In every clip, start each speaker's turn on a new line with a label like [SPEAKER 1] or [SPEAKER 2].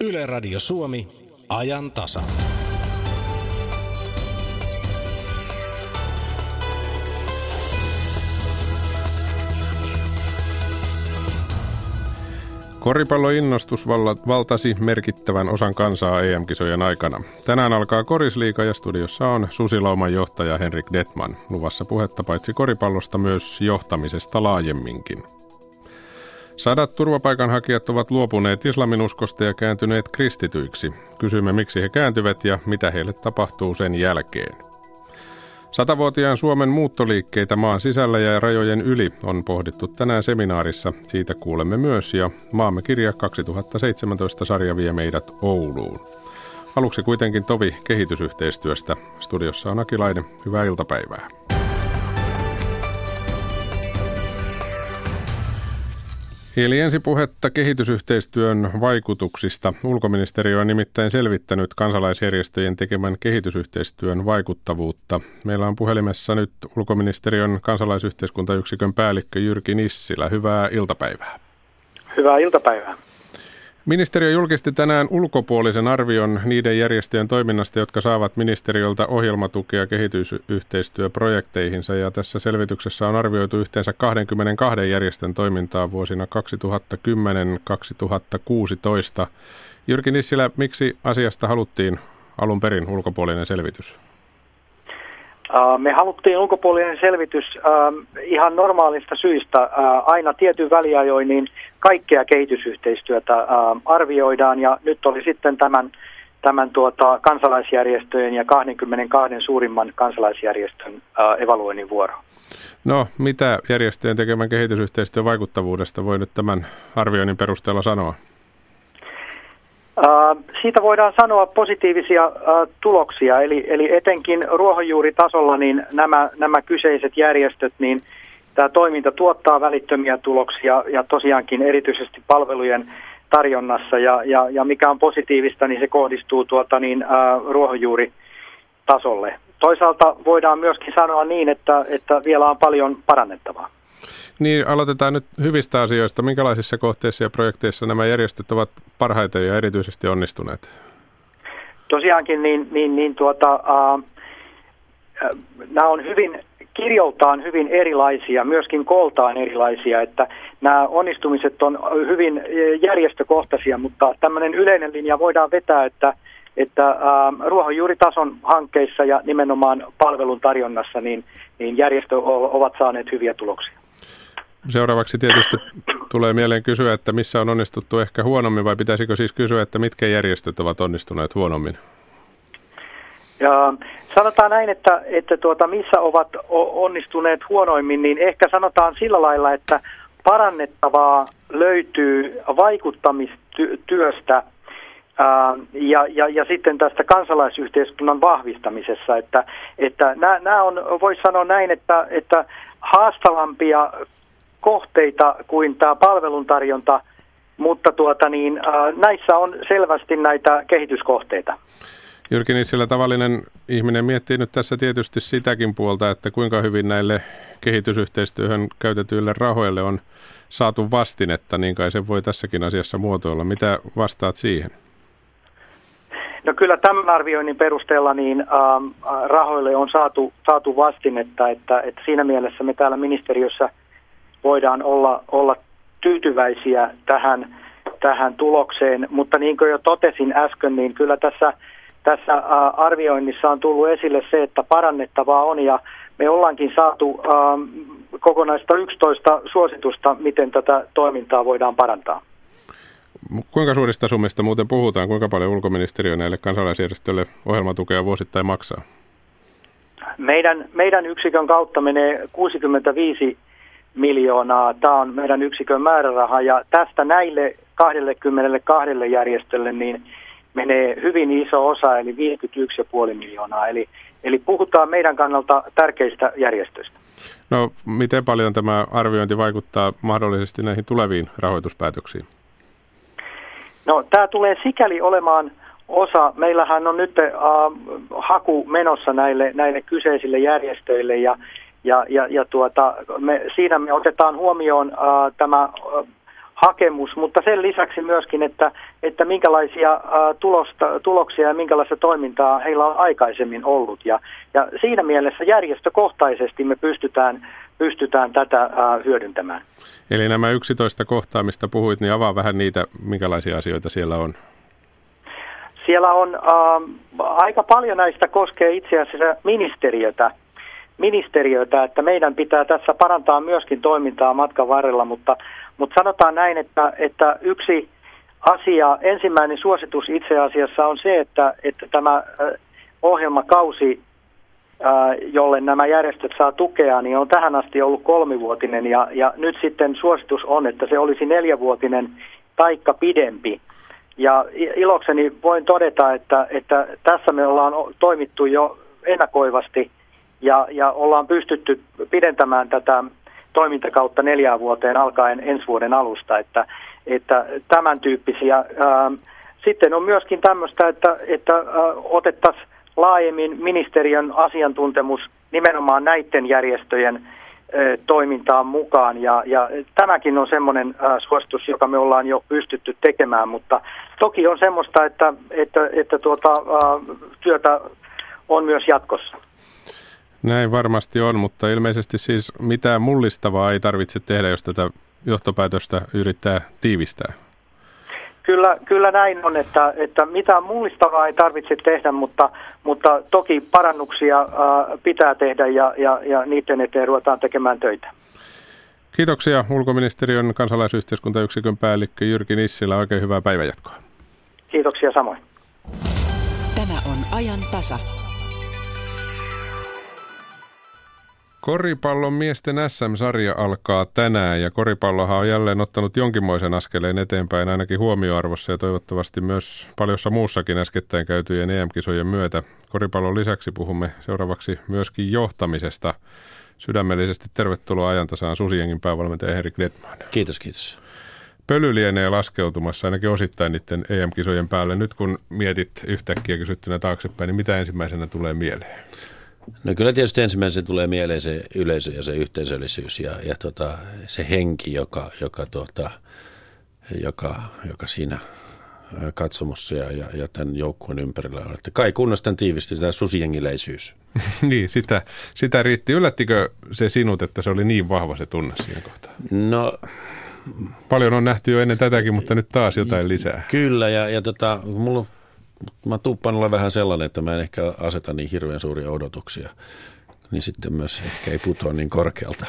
[SPEAKER 1] Yle Radio Suomi, ajan tasa.
[SPEAKER 2] Koripalloinnostus valtasi merkittävän osan kansaa EM-kisojen aikana. Tänään alkaa Korisliiga ja studiossa on Susilauman johtaja Henrik Detman. Luvassa puhetta paitsi koripallosta myös johtamisesta laajemminkin. Sadat turvapaikanhakijat ovat luopuneet islaminuskosta ja kääntyneet kristityiksi. Kysymme, miksi he kääntyvät ja mitä heille tapahtuu sen jälkeen. 100-vuotiaan Suomen muuttoliikkeitä maan sisällä ja rajojen yli on pohdittu tänään seminaarissa. Siitä kuulemme myös ja Maamme kirja 2017 sarja vie meidät Ouluun. Aluksi kuitenkin tovi kehitysyhteistyöstä. Studiossa on Akilainen. Hyvää iltapäivää. Eli ensi puhetta kehitysyhteistyön vaikutuksista. Ulkoministeriö on nimittäin selvittänyt kansalaisjärjestöjen tekemän kehitysyhteistyön vaikuttavuutta. Meillä on puhelimessa nyt ulkoministeriön kansalaisyhteiskuntayksikön päällikkö Jyrki Nissilä. Hyvää iltapäivää.
[SPEAKER 3] Hyvää iltapäivää.
[SPEAKER 2] Ministeriö julkisti tänään ulkopuolisen arvion niiden järjestöjen toiminnasta, jotka saavat ministeriöltä ohjelmatukea kehitysyhteistyöprojekteihinsa. Ja tässä selvityksessä on arvioitu yhteensä 22 järjestön toimintaa vuosina 2010-2016. Jyrki Nissilä, miksi asiasta haluttiin alun perin ulkopuolinen selvitys?
[SPEAKER 3] Me haluttiin ulkopuolinen selvitys ihan normaalista syistä. Aina tietyn väliajoin niin kaikkea kehitysyhteistyötä arvioidaan ja nyt oli sitten tämän kansalaisjärjestöjen ja 22 suurimman kansalaisjärjestön evaluoinnin vuoro.
[SPEAKER 2] No, mitä järjestöjen tekemän kehitysyhteistyön vaikuttavuudesta voi nyt tämän arvioinnin perusteella sanoa?
[SPEAKER 3] Siitä voidaan sanoa positiivisia tuloksia, eli etenkin ruohonjuuritasolla niin nämä kyseiset järjestöt, niin tämä toiminta tuottaa välittömiä tuloksia ja tosiaankin erityisesti palvelujen tarjonnassa ja mikä on positiivista, niin se kohdistuu ruohonjuuritasolle. Toisaalta voidaan myöskin sanoa niin, että vielä on paljon parannettavaa.
[SPEAKER 2] Niin, aloitetaan nyt hyvistä asioista. Minkälaisissa kohteissa ja projekteissa nämä järjestöt ovat parhaiten ja erityisesti onnistuneet?
[SPEAKER 3] Tosiaankin nämä on kirjoltaan hyvin erilaisia, myöskin kooltaan erilaisia, että nämä onnistumiset on hyvin järjestökohtaisia, mutta tämmöinen yleinen linja voidaan vetää, että ruohonjuuritason hankkeissa ja nimenomaan palvelun tarjonnassa niin järjestöt ovat saaneet hyviä tuloksia.
[SPEAKER 2] Seuraavaksi tietysti tulee mieleen kysyä, että missä on onnistuttu ehkä huonommin, vai pitäisikö siis kysyä, että mitkä järjestöt ovat onnistuneet huonommin?
[SPEAKER 3] Ja sanotaan näin, että missä ovat onnistuneet huonoimmin, niin ehkä sanotaan sillä lailla, että parannettavaa löytyy vaikuttamistyöstä ja sitten tästä kansalaisyhteiskunnan vahvistamisessa, että nämä on, voisi sanoa näin, että haastavampia kohteita kuin tämä palveluntarjonta, mutta näissä on selvästi näitä kehityskohteita.
[SPEAKER 2] Jyrki Nissilä, tavallinen ihminen miettii nyt tässä tietysti sitäkin puolta, että kuinka hyvin näille kehitysyhteistyöhön käytetyille rahoille on saatu vastinetta, niin kai se voi tässäkin asiassa muotoilla. Mitä vastaat siihen?
[SPEAKER 3] No kyllä tämän arvioinnin perusteella niin rahoille on saatu vastinetta, että siinä mielessä me täällä ministeriössä voidaan olla tyytyväisiä tähän tulokseen, mutta niin kuin jo totesin äsken, niin kyllä tässä arvioinnissa on tullut esille se, että parannettavaa on ja me ollaankin saatu kokonaista 11 suositusta, miten tätä toimintaa voidaan parantaa.
[SPEAKER 2] Kuinka suurista summista muuten puhutaan? Kuinka paljon ulkoministeriö näille kansalaisjärjestöille ohjelmatukea vuosittain maksaa?
[SPEAKER 3] Meidän yksikön kautta menee 65 miljoonaa. Tämä on meidän yksikön määräraha ja tästä näille 22 järjestölle niin menee hyvin iso osa, eli 51,5 miljoonaa. Eli puhutaan meidän kannalta tärkeistä järjestöistä.
[SPEAKER 2] No, miten paljon tämä arviointi vaikuttaa mahdollisesti näihin tuleviin rahoituspäätöksiin?
[SPEAKER 3] No, tämä tulee sikäli olemaan osa. Meillähän on nyt haku menossa näille kyseisille järjestöille siinä me otetaan huomioon tämä hakemus, mutta sen lisäksi myöskin, että minkälaisia tuloksia ja minkälaista toimintaa heillä on aikaisemmin ollut. Ja siinä mielessä järjestökohtaisesti me pystytään tätä hyödyntämään.
[SPEAKER 2] Eli nämä 11 kohtaa, mistä puhuit, niin avaa vähän niitä, minkälaisia asioita siellä on.
[SPEAKER 3] Siellä on aika paljon näistä koskee itse asiassa ministeriötä, että meidän pitää tässä parantaa myöskin toimintaa matkan varrella, mutta sanotaan näin, että yksi asia, ensimmäinen suositus itse asiassa on se, että tämä ohjelmakausi, jolle nämä järjestöt saa tukea, niin on tähän asti ollut 3-vuotinen ja nyt sitten suositus on, että se olisi 4-vuotinen taikka pidempi. Ja ilokseni voin todeta, että tässä me ollaan toimittu jo ennakoivasti ja ollaan pystytty pidentämään tätä toimintakautta 4 vuoteen alkaen ensi vuoden alusta, että tämän tyyppisiä. Sitten on myöskin tämmöistä, että otettaisiin laajemmin ministeriön asiantuntemus nimenomaan näiden järjestöjen toimintaan mukaan ja tämäkin on semmoinen suositus, joka me ollaan jo pystytty tekemään, mutta toki on semmoista, että työtä on myös jatkossa.
[SPEAKER 2] Näin varmasti on, mutta ilmeisesti siis mitään mullistavaa ei tarvitse tehdä, jos tätä johtopäätöstä yrittää tiivistää.
[SPEAKER 3] Kyllä näin on, että mitään mullistavaa ei tarvitse tehdä, mutta toki parannuksia pitää tehdä ja niiden eteen ruvetaan tekemään töitä.
[SPEAKER 2] Kiitoksia ulkoministeriön kansalaisyhteiskuntayksikön päällikkö Jyrki Nissilä. Oikein hyvää päivänjatkoa.
[SPEAKER 3] Kiitoksia samoin.
[SPEAKER 4] Tämä on ajan tasa.
[SPEAKER 2] Koripallon miesten SM-sarja alkaa tänään ja koripallohan on jälleen ottanut jonkinmoisen askeleen eteenpäin ainakin huomioarvossa ja toivottavasti myös paljossa muussakin äskettäin käytyjen EM-kisojen myötä. Koripallon lisäksi puhumme seuraavaksi myöskin johtamisesta. Sydämellisesti tervetuloa ajantasaan Susijengin päävalmentaja Henrik Detman.
[SPEAKER 5] Kiitos.
[SPEAKER 2] Pöly lienee laskeutumassa ainakin osittain niiden EM-kisojen päälle. Nyt kun mietit yhtäkkiä kysyttynä taaksepäin, niin mitä ensimmäisenä tulee mieleen?
[SPEAKER 5] No kyllä tietysti ensimmäisenä tulee mieleen se yleisö ja se yhteisöllisyys ja se henki, joka siinä katsomossa ja tämän joukkueen ympärillä on. Että kai kunnossa tämän tiivistyy tämä susijengiläisyys.
[SPEAKER 2] Niin, sitä riitti. Yllättikö se sinut, että se oli niin vahva se tunne siinä kohtaa?
[SPEAKER 5] No,
[SPEAKER 2] paljon on nähty jo ennen tätäkin, mutta nyt taas jotain lisää.
[SPEAKER 5] Kyllä, mä tuuppaan olla vähän sellainen, että mä en ehkä aseta niin hirveän suuria odotuksia, niin sitten myös ehkä ei putoa niin korkealta.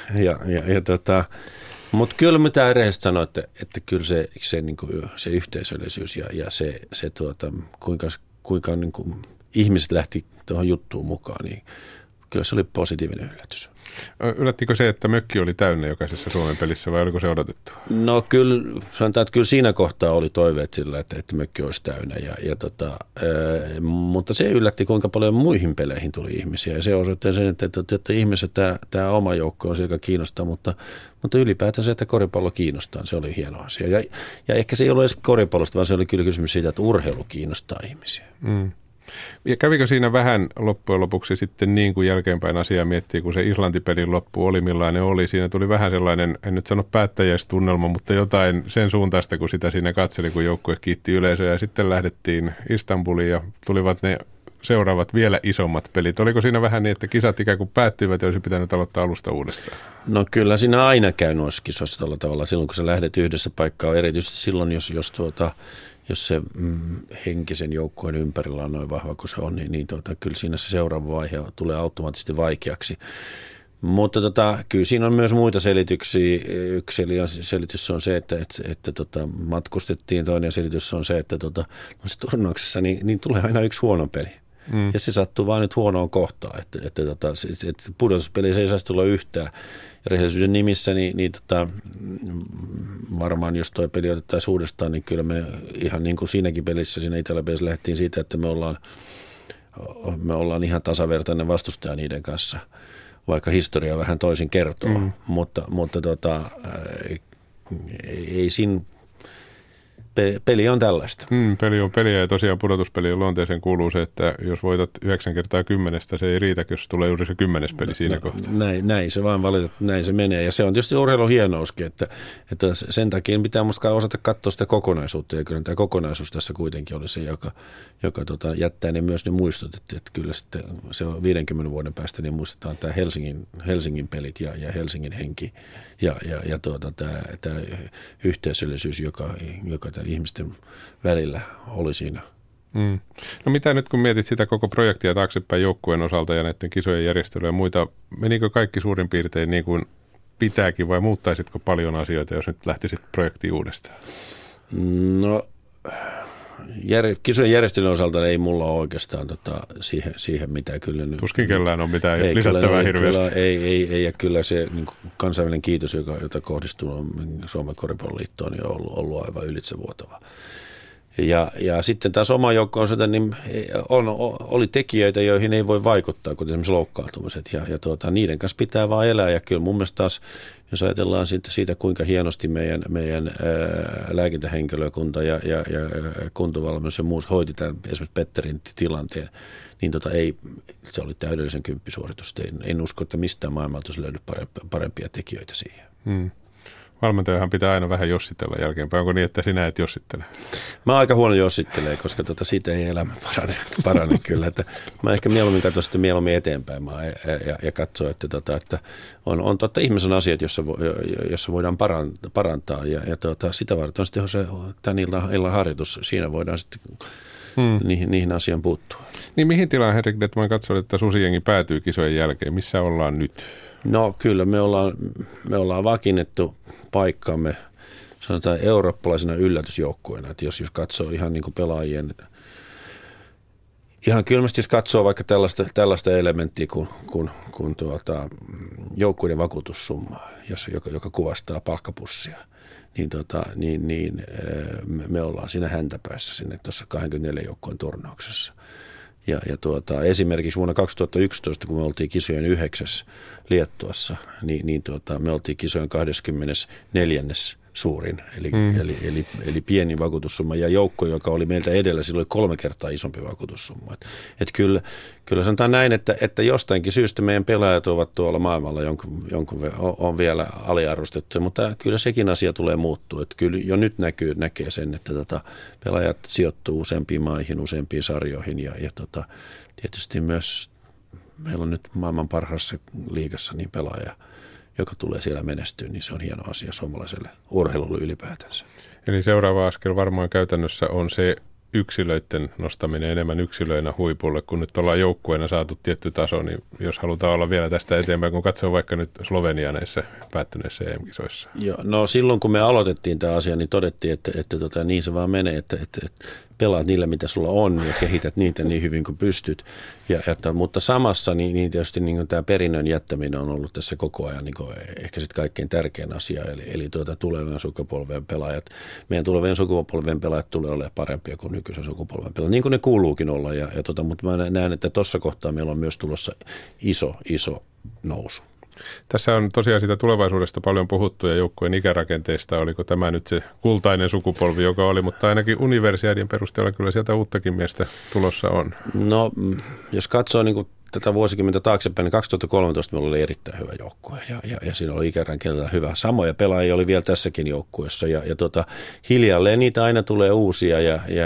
[SPEAKER 5] Mutta kyllä mitä rehellisesti sanoa, että kyllä se yhteisöllisyys ja se kuinka niin kuin ihmiset lähti tuohon juttuun mukaan, niin kyllä se oli positiivinen yllätys.
[SPEAKER 2] Yllättikö se, että mökki oli täynnä jokaisessa Suomen pelissä vai oliko se odotettu?
[SPEAKER 5] No kyllä, sanotaan, että kyllä siinä kohtaa oli toiveet sillä, että mökki olisi täynnä. Mutta se yllätti, kuinka paljon muihin peleihin tuli ihmisiä. Ja se osoittaa sen, että ihmiset, tämä oma joukko on se, joka kiinnostaa, mutta ylipäätään se, että koripallo kiinnostaa, se oli hieno asia. Ja ehkä se ei ollut edes koripallosta, vaan se oli kyllä kysymys siitä, että urheilu kiinnostaa ihmisiä.
[SPEAKER 2] Mm. Ja kävikö siinä vähän loppujen lopuksi sitten niin kuin jälkeenpäin asiaa miettii, kun se Islanti-pelin loppu oli millainen oli. Siinä tuli vähän sellainen, en nyt sano päättäjäistunnelma, mutta jotain sen suuntaista, kun sitä siinä katseli, kun joukkue kiitti yleisöä. Ja sitten lähdettiin Istanbuliin ja tulivat ne seuraavat vielä isommat pelit. Oliko siinä vähän niin, että kisat ikään kuin päättyivät ja olisi pitänyt aloittaa alusta uudestaan?
[SPEAKER 5] No kyllä siinä aina käy noissa kisoissa tällä tavalla. Silloin kun sä lähdet yhdessä paikkaan, erityisesti silloin, jos se henkisen joukkueen ympärillä on noin vahva kuin se on, niin kyllä siinä se seuraava vaihe tulee automaattisesti vaikeaksi. Mutta kyllä siinä on myös muita selityksiä. Yksi selitys on se, että matkustettiin, toinen selitys on se, että turnauksessa niin tulee aina yksi huono peli. Ja se sattuu vain nyt huonoon kohtaan, että pudotuspelissä ei saisi tulla yhtään. Ja rehellisyyden nimissä, varmaan jos tuo peli otettaisiin uudestaan, niin kyllä me ihan niin kuin siinäkin pelissä, siinä Itä-Pelissä lähdettiin siitä, että me ollaan ihan tasavertainen vastustaja niiden kanssa, vaikka historia vähän toisin kertoo. Mutta ei siinä peli on tällaista.
[SPEAKER 2] Peli on peliä ja tosiaan pudotuspelien luonteeseen kuuluu se, että jos voitat 9 kertaa 10, se ei riitä, jos tulee juuri se 10. peli siinä kohtaa.
[SPEAKER 5] Näin se vaan valitettavasti, näin se menee. Ja se on tietysti urheilun hienouskin, että sen takia pitää musta osata katsoa sitä kokonaisuutta. Ja kyllä tämä kokonaisuus tässä kuitenkin oli se, joka jättää ne myös ne muistut. Että kyllä sitten se on 50 vuoden päästä, niin muistetaan tämä Helsingin pelit ja Helsingin henki ja tämä yhteisöllisyys, joka ihmisten välillä oli siinä.
[SPEAKER 2] No mitä nyt kun mietit sitä koko projektia taaksepäin joukkueen osalta ja näiden kisojen järjestelyä ja muita, menikö kaikki suurin piirtein niin kuin pitääkin vai muuttaisitko paljon asioita, jos nyt lähtisit projektiin uudestaan?
[SPEAKER 5] No kisojen järjestelyn osalta ei mulla ole oikeastaan siihen mitään kyllä.
[SPEAKER 2] Tuskin kellään on mitään lisättävää hirveästi.
[SPEAKER 5] Ei, ja kyllä se niin kansainvälinen kiitos, jota kohdistuu Suomen Koripalloliittoon, niin on ollut aivan ylitsevuotava. Ja sitten taas oma joukkoonsa, niin oli tekijöitä, joihin ei voi vaikuttaa, kuten esimerkiksi loukkaantumiset. Ja niiden kanssa pitää vaan elää. Ja kyllä mun mielestä taas, jos ajatellaan siitä kuinka hienosti meidän lääkintähenkilökunta ja kuntovalmennus ja muut hoiti tämän esimerkiksi Petterin tilanteen, niin se oli täydellisen kymppisuoritus. En usko, että mistään maailmalta olisi löydy parempia tekijöitä siihen.
[SPEAKER 2] Valmentajahan pitää aina vähän jossitella jälkeenpäin. Onko niin, että sinä et jossittele?
[SPEAKER 5] Mä oon aika huono jossittelee, koska siitä ei elämä parane kyllä. Että mä ehkä mieluummin katson sitten mieluummin eteenpäin ja katsoa, että on ihmisen asiat, jossa voidaan parantaa. Ja sitä varten on sitten se tämän illan harjoitus. Siinä voidaan sitten niihin asiaan puuttua.
[SPEAKER 2] Niin mihin tilaan Henrik Detman katsoi, että susijengi päätyy kisojen jälkeen? Missä ollaan nyt?
[SPEAKER 5] No kyllä me ollaan vakinnettu paikkaamme sanotaan eurooppalaisena yllätysjoukkueena, että jos katsoo ihan niin kuin pelaajien, ihan kylmästi jos katsoo vaikka tällaista elementtiä kuin joukkueiden vakuutussumma, joka kuvastaa palkkapussia, niin me ollaan siinä häntäpäässä sinne tuossa 24 joukkueen turnauksessa. Ja esimerkiksi vuonna 2011, kun me oltiin kisojen 9. Liettuassa, niin me oltiin kisojen 24. suurin, eli pieni vakuutussumma. Ja joukko, joka oli meiltä edellä, sillä oli 3 kertaa isompi vakuutussumma. Et kyllä sanotaan näin, että jostainkin syystä meidän pelaajat ovat tuolla maailmalla jonkun on vielä aliarvostettuja, mutta kyllä sekin asia tulee muuttua. Että kyllä jo nyt näkee sen, että pelaajat sijoittuu useampiin maihin, useampiin sarjoihin ja tietysti myös meillä on nyt maailman parhaassa liigassa niin pelaaja, joka tulee siellä menestyä, niin se on hieno asia suomalaiselle urheilulle ylipäätänsä. Eli
[SPEAKER 2] seuraava askel varmaan käytännössä on se yksilöiden nostaminen enemmän yksilöinä huipulle, kun nyt ollaan joukkueena saatu tietty taso, niin jos halutaan olla vielä tästä eteenpäin, kun katsoo vaikka nyt Slovenia näissä päättyneissä EM-kisoissa. Joo,
[SPEAKER 5] no silloin kun me aloitettiin tämä asia, niin todettiin, että niin se vaan menee, että pelaat niillä, mitä sulla on ja kehität niitä niin hyvin kuin pystyt. Mutta samassa niin tietysti niin tämä perinnön jättäminen on ollut tässä koko ajan niin ehkä sitten kaikkein tärkein asia. Eli tulevan sukupolven pelaajat, meidän tulevien sukupolven pelaajat tulee olemaan parempia kuin nykyisen sukupolven pelaajat, niin kuin ne kuuluukin olla. Mutta mä näen, että tuossa kohtaa meillä on myös tulossa iso nousu.
[SPEAKER 2] Tässä on tosiaan sitä tulevaisuudesta paljon puhuttu ja joukkueen ikärakenteesta. Oliko tämä nyt se kultainen sukupolvi, joka oli, mutta ainakin universiadien perusteella kyllä sieltä uuttakin miestä tulossa on.
[SPEAKER 5] No, jos katsoo niin kuin tätä vuosikymmentä taaksepäin, niin 2013 meillä oli erittäin hyvä joukkue ja siinä oli ikärakenteella hyvä. Samoja pelaajia oli vielä tässäkin joukkueessa ja hiljalleen niitä aina tulee uusia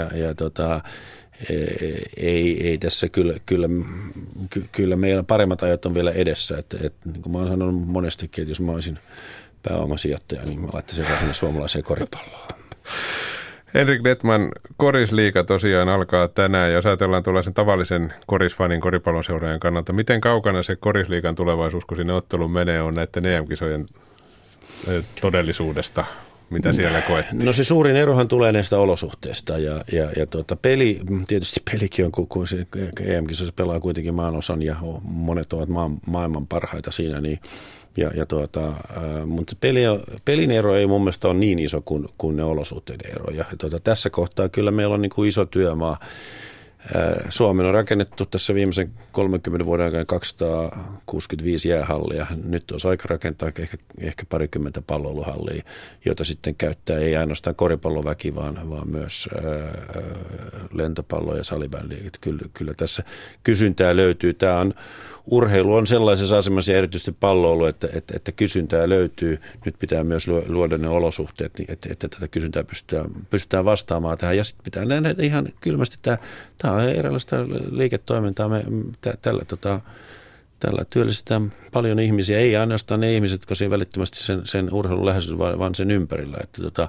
[SPEAKER 5] ei tässä kyllä meillä paremmat ajat on vielä edessä, että niin kuin mä oon sanonut monestikin, että jos mä olisin pääomasijoittaja, niin mä laittaisin vähän suomalaiseen koripalloon.
[SPEAKER 2] Henrik Detman, korisliiga tosiaan alkaa tänään, ja jos ajatellaan tuollaisen tavallisen korisfanin koripallon seuraajan kannalta, miten kaukana se korisliigan tulevaisuus, kun sinne otteluun menee, on näiden EM-kisojen todellisuudesta? Mitä siellä koettiin? No
[SPEAKER 5] se suurin erohan tulee näistä olosuhteista ja peli, tietysti pelikin on, kun se EM-kisoissa pelaa kuitenkin maanosan ja monet ovat maailman parhaita siinä, niin, mutta pelin ero ei mun mielestä ole niin iso kuin ne olosuhteiden ero. Ja tässä kohtaa kyllä meillä on niin kuin iso työmaa Suomen on rakennettu tässä viimeisen 30 vuoden aikana 265 jäähallia. Nyt olisi aika rakentaa ehkä parikymmentä palloiluhallia, joita sitten käyttää ei ainoastaan koripalloväki, vaan myös lentopallo ja salibändi. Kyllä tässä kysyntää löytyy. Urheilu on sellaisessa asemassa ja erityisesti palloilu, että kysyntää löytyy. Nyt pitää myös luoda ne olosuhteet, että tätä kysyntää pystytään vastaamaan tähän. Ja sitten pitää nähdä ihan kylmästi, tämä on erilaista liiketoimintaa. Tällä työllistetään paljon ihmisiä, ei ainoastaan ne ihmiset, jotka siinä välittömästi sen urheilun läheisyys, vaan sen ympärillä.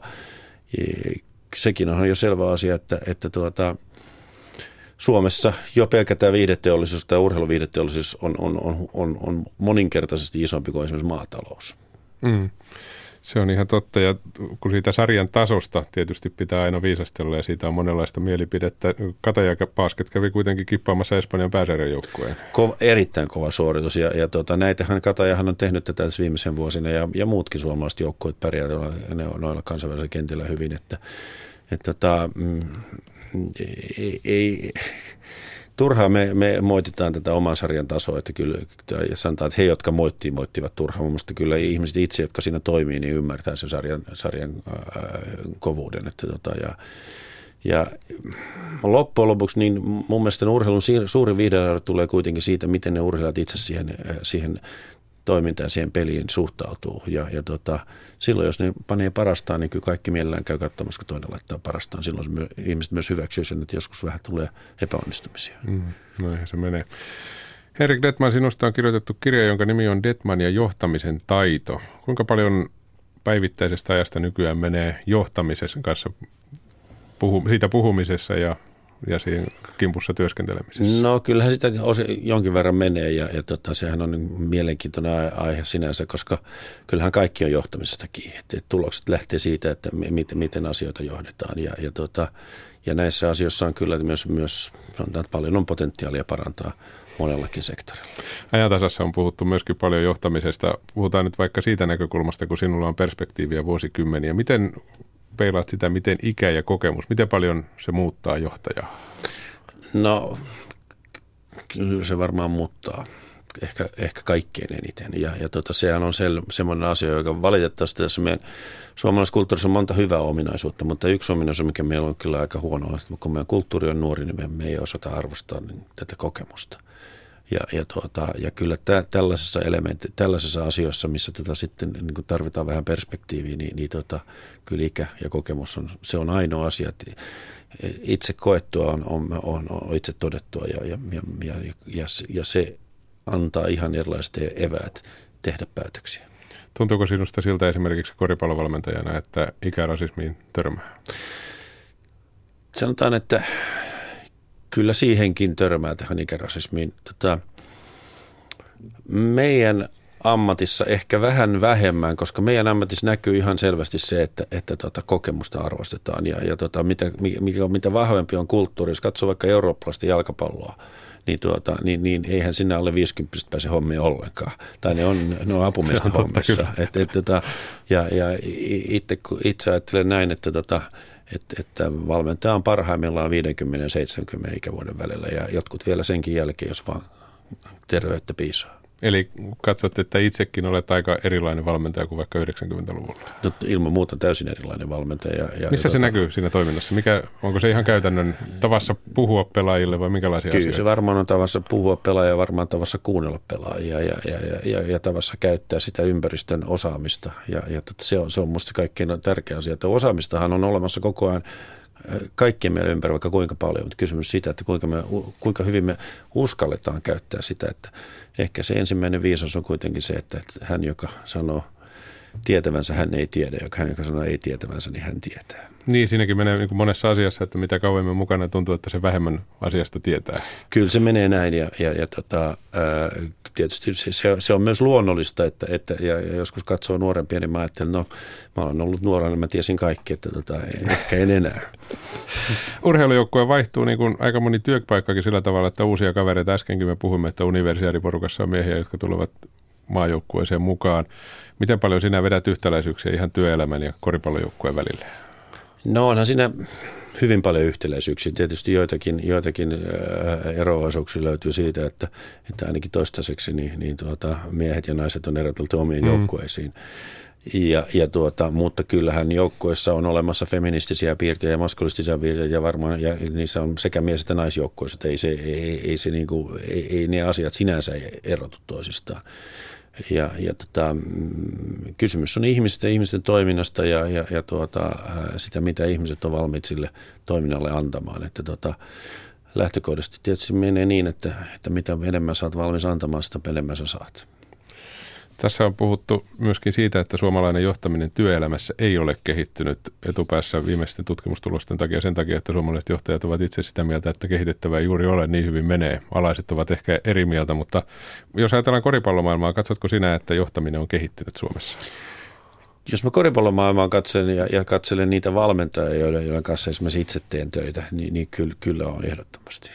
[SPEAKER 5] Sekin on jo selvä asia, että Suomessa jo pelkästään viihdeteollisuus tai urheiluviihdeteollisuus on moninkertaisesti isompi kuin esimerkiksi maatalous.
[SPEAKER 2] Se on ihan totta, ja kun siitä sarjan tasosta tietysti pitää aina viisastella, ja siitä on monenlaista mielipidettä. Kataja Basket kävi kuitenkin kippaamassa Espanjan pääsarjan joukkueen.
[SPEAKER 5] Erittäin kova suoritus, ja näitähän Katajahan on tehnyt tätä tässä viimeisen vuosina, ja muutkin suomalaiset joukkueet pärjäävät noilla kansainvälisillä kentillä hyvin, turhaan me moititaan tätä oman sarjan tasoa, että kyllä ja sanotaan, että he, jotka moittivat turhaan. Mun mielestä kyllä ihmiset itse, jotka siinä toimii, niin ymmärtää sen sarjan kovuuden. Ja loppujen lopuksi niin mun mielestä urheilun suurin viihdearvo tulee kuitenkin siitä, miten ne urheilijat itse siihen toimintaan, siihen peliin suhtautuu. Ja silloin, jos ne panee parastaan, niin kyllä kaikki mielellään käy katsomassa, kun toinen laittaa parastaan. Silloin ihmiset myös hyväksyy sen, että joskus vähän tulee epäonnistumisia.
[SPEAKER 2] No eihän se menee. Henrik Detman, sinusta on kirjoitettu kirja, jonka nimi on Detman ja johtamisen taito. Kuinka paljon päivittäisestä ajasta nykyään menee johtamisessa kanssa, siitä puhumisessa ja siinä kimpussa työskentelemisessä? No
[SPEAKER 5] kyllähän sitä jonkin verran menee ja sehän on mielenkiintoinen aihe sinänsä, koska kyllähän kaikki on johtamisesta kiinni. Tulokset lähtee siitä, että miten asioita johdetaan ja näissä asioissa on kyllä myös sanotaan, että paljon on potentiaalia parantaa monellakin sektorilla.
[SPEAKER 2] Ajantasassa on puhuttu myöskin paljon johtamisesta. Puhutaan nyt vaikka siitä näkökulmasta, kun sinulla on perspektiiviä vuosikymmeniä. Miten peilaat sitä, miten ikä ja kokemus, miten paljon se muuttaa johtajaa? No, kyllä se varmaan muuttaa ehkä kaikkein eniten. Ja sehän on semmoinen asia, joka valitettavasti tässä meidän suomalaisessa kulttuurissa on monta hyvää ominaisuutta, mutta yksi ominaisuus, mikä meillä on kyllä aika huono, että kun meidän kulttuuri on nuori, niin me ei osata arvostaa tätä kokemusta. Ja kyllä tällaisissa asioissa, missä sitten niin tarvitaan vähän perspektiiviä, niin kyllä ikä ja kokemus se on ainoa asia. Itse koettua on itse todettua ja se antaa ihan erilaiset eväät tehdä päätöksiä. Tuntuuko sinusta siltä esimerkiksi koripallovalmentajana, että ikärasismiin törmää?
[SPEAKER 5] Sanotaan, että kyllä siihenkin törmää tähän ikärasismiin. Meidän ammatissa ehkä vähän vähemmän, koska meidän ammatissa näkyy ihan selvästi se, että kokemusta arvostetaan. Mitä vahvempi on kulttuuri, jos katsoo vaikka eurooppalaista jalkapalloa, niin eihän sinä alle 50 pääse hommiin ollenkaan. Tai ne on apumiesten hommissa. Itse ajattelen näin, että valmentaja on parhaimmillaan 50 ja 70 ikävuoden välillä ja jotkut vielä senkin jälkeen, jos vaan terveyttä piisaa.
[SPEAKER 2] Eli katsot, että itsekin olet aika erilainen valmentaja kuin vaikka 90-luvulla.
[SPEAKER 5] No, ilman muuta täysin erilainen valmentaja.
[SPEAKER 2] Missä se näkyy siinä toiminnassa? Onko se ihan käytännön tavassa puhua pelaajille vai minkälaisia asioita?
[SPEAKER 5] Kyllä se varmaan on tavassa puhua pelaajia, varmaan tavassa kuunnella pelaajia ja tavassa käyttää sitä ympäristön osaamista. Se on musta kaikkein tärkeä asia. Että osaamistahan on olemassa koko ajan kaikkien meidän ympäri vaikka kuinka paljon, mutta kysymys siitä, että kuinka hyvin me uskalletaan käyttää sitä, että ehkä se ensimmäinen viisaus on kuitenkin se, että hän, joka sanoo tietävänsä, hän ei tiedä, hän, joka sanoo ei tietävänsä, niin hän tietää.
[SPEAKER 2] Niin, siinäkin menee niin kuin monessa asiassa, että mitä kauemmin mukana tuntuu, että se vähemmän asiasta tietää.
[SPEAKER 5] Kyllä se menee näin ja tietysti se on myös luonnollista, että joskus katsoo nuorempia, niin mä ajattelen, no mä olen ollut nuorena, niin mä tiesin kaikki, että ehkä en enää.
[SPEAKER 2] Urheilujoukkue vaihtuu niin kuin aika moni työpaikkakin sillä tavalla, että uusia kavereita, äskenkin me puhuimme, että universiaadiporukassa on miehiä, jotka tulevat maajoukkueeseen mukaan. Miten paljon sinä vedät yhtäläisyyksiä ihan työelämän ja koripallojoukkueen välillä?
[SPEAKER 5] No onhan siinä hyvin paljon yhtäläisyyksiä. Tietysti joitakin eroavaisuuksia löytyy siitä, että ainakin toistaiseksi miehet ja naiset on eroteltu omiin joukkueisiin. Mutta kyllähän joukkueessa on olemassa feministisiä piirteitä ja maskulistisia piirteitä ja varmaan ja niissä on sekä mies- että naisjoukkueissa. Ei ne asiat sinänsä erotu toisistaan. Kysymys on ihmisten toiminnasta ja sitä, mitä ihmiset on valmiit sille toiminnalle antamaan. Että lähtökohdasti tietysti menee niin, että mitä enemmän sä oot valmis antamaan, sitä enemmän sä saat.
[SPEAKER 2] Tässä on puhuttu myöskin siitä, että suomalainen johtaminen työelämässä ei ole kehittynyt etupäässä viimeisten tutkimustulosten takia sen takia, että suomalaiset johtajat ovat itse sitä mieltä, että kehitettävää juuri ole, niin hyvin menee. Alaiset ovat ehkä eri mieltä, mutta jos ajatellaan koripallomaailmaa, katsotko sinä, että johtaminen on kehittynyt Suomessa?
[SPEAKER 5] Jos mä koripallomaailmaan katselen ja katselen niitä valmentajia, joiden kanssa esimerkiksi itse teen töitä, niin kyllä on ehdottomasti.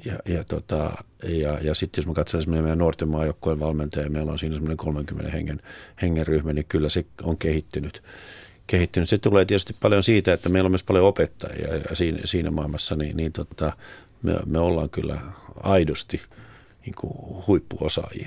[SPEAKER 5] Ja sitten jos mä katselen meidän nuorten maajoukkueen valmentajia, meillä on siinä semmoinen 30 hengen ryhmä, niin kyllä se on kehittynyt. Se tulee tietysti paljon siitä, että meillä on myös paljon opettajia ja siinä maailmassa, me ollaan kyllä aidosti niin kuin huippuosaajia.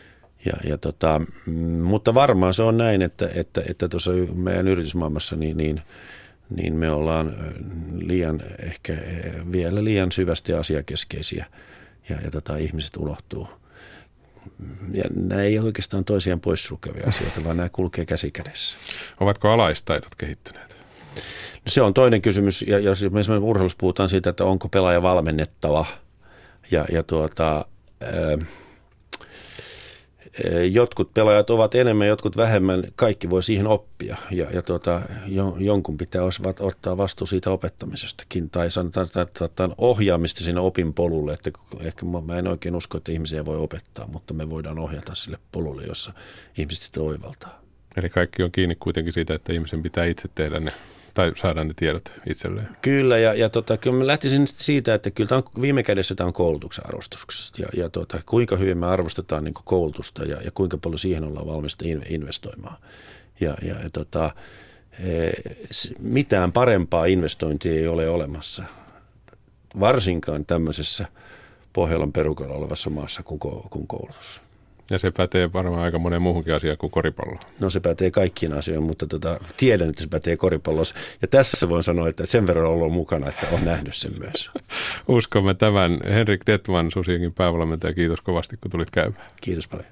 [SPEAKER 5] Mutta varmaan se on näin, että tuossa meidän yritysmaailmassa niin me ollaan ehkä vielä liian syvästi asiakeskeisiä ja ihmiset unohtuu. Ja nämä ei ole oikeastaan toisiaan poissulkevia asioita, vaan nämä kulkee käsi kädessä.
[SPEAKER 2] Ovatko alaistaidot kehittyneet?
[SPEAKER 5] No se on toinen kysymys, ja jos me esimerkiksi urheilussa puhutaan siitä, että onko pelaaja valmennettava, jotkut pelaajat ovat enemmän, jotkut vähemmän, kaikki voi siihen oppia jonkun pitää ottaa vastuu siitä opettamisestakin tai sanotaan ohjaamista siinä opin polulle, että ehkä mä en oikein usko, että ihmisiä voi opettaa, mutta me voidaan ohjata sille polulle, jossa ihmiset sitä oivaltaa. Eli
[SPEAKER 2] kaikki on kiinni kuitenkin siitä, että ihmisen pitää itse tehdä ne tai saada ne tiedot itselleen.
[SPEAKER 5] Kyllä, kyllä mä lähtisin siitä, että kyllä viime kädessä tämä on koulutuksen arvostuksesta ja kuinka hyvin me arvostetaan niin kuin koulutusta ja kuinka paljon siihen ollaan valmista investoimaan. Mitään parempaa investointia ei ole olemassa, varsinkaan tämmöisessä Pohjolan perukalla olevassa maassa kuin koulutus.
[SPEAKER 2] Ja se pätee varmaan aika monen muuhunkin asiaan kuin koripalloon.
[SPEAKER 5] No se pätee kaikkiin asioihin, mutta tiedän, että se pätee koripallossa. Ja tässä voin sanoa, että sen verran on ollut mukana, että on nähnyt sen myös.
[SPEAKER 2] Uskomme tämän. Henrik Detman, Susienkin päävalmentaja, kiitos kovasti, kun tulit käymään.
[SPEAKER 5] Kiitos paljon.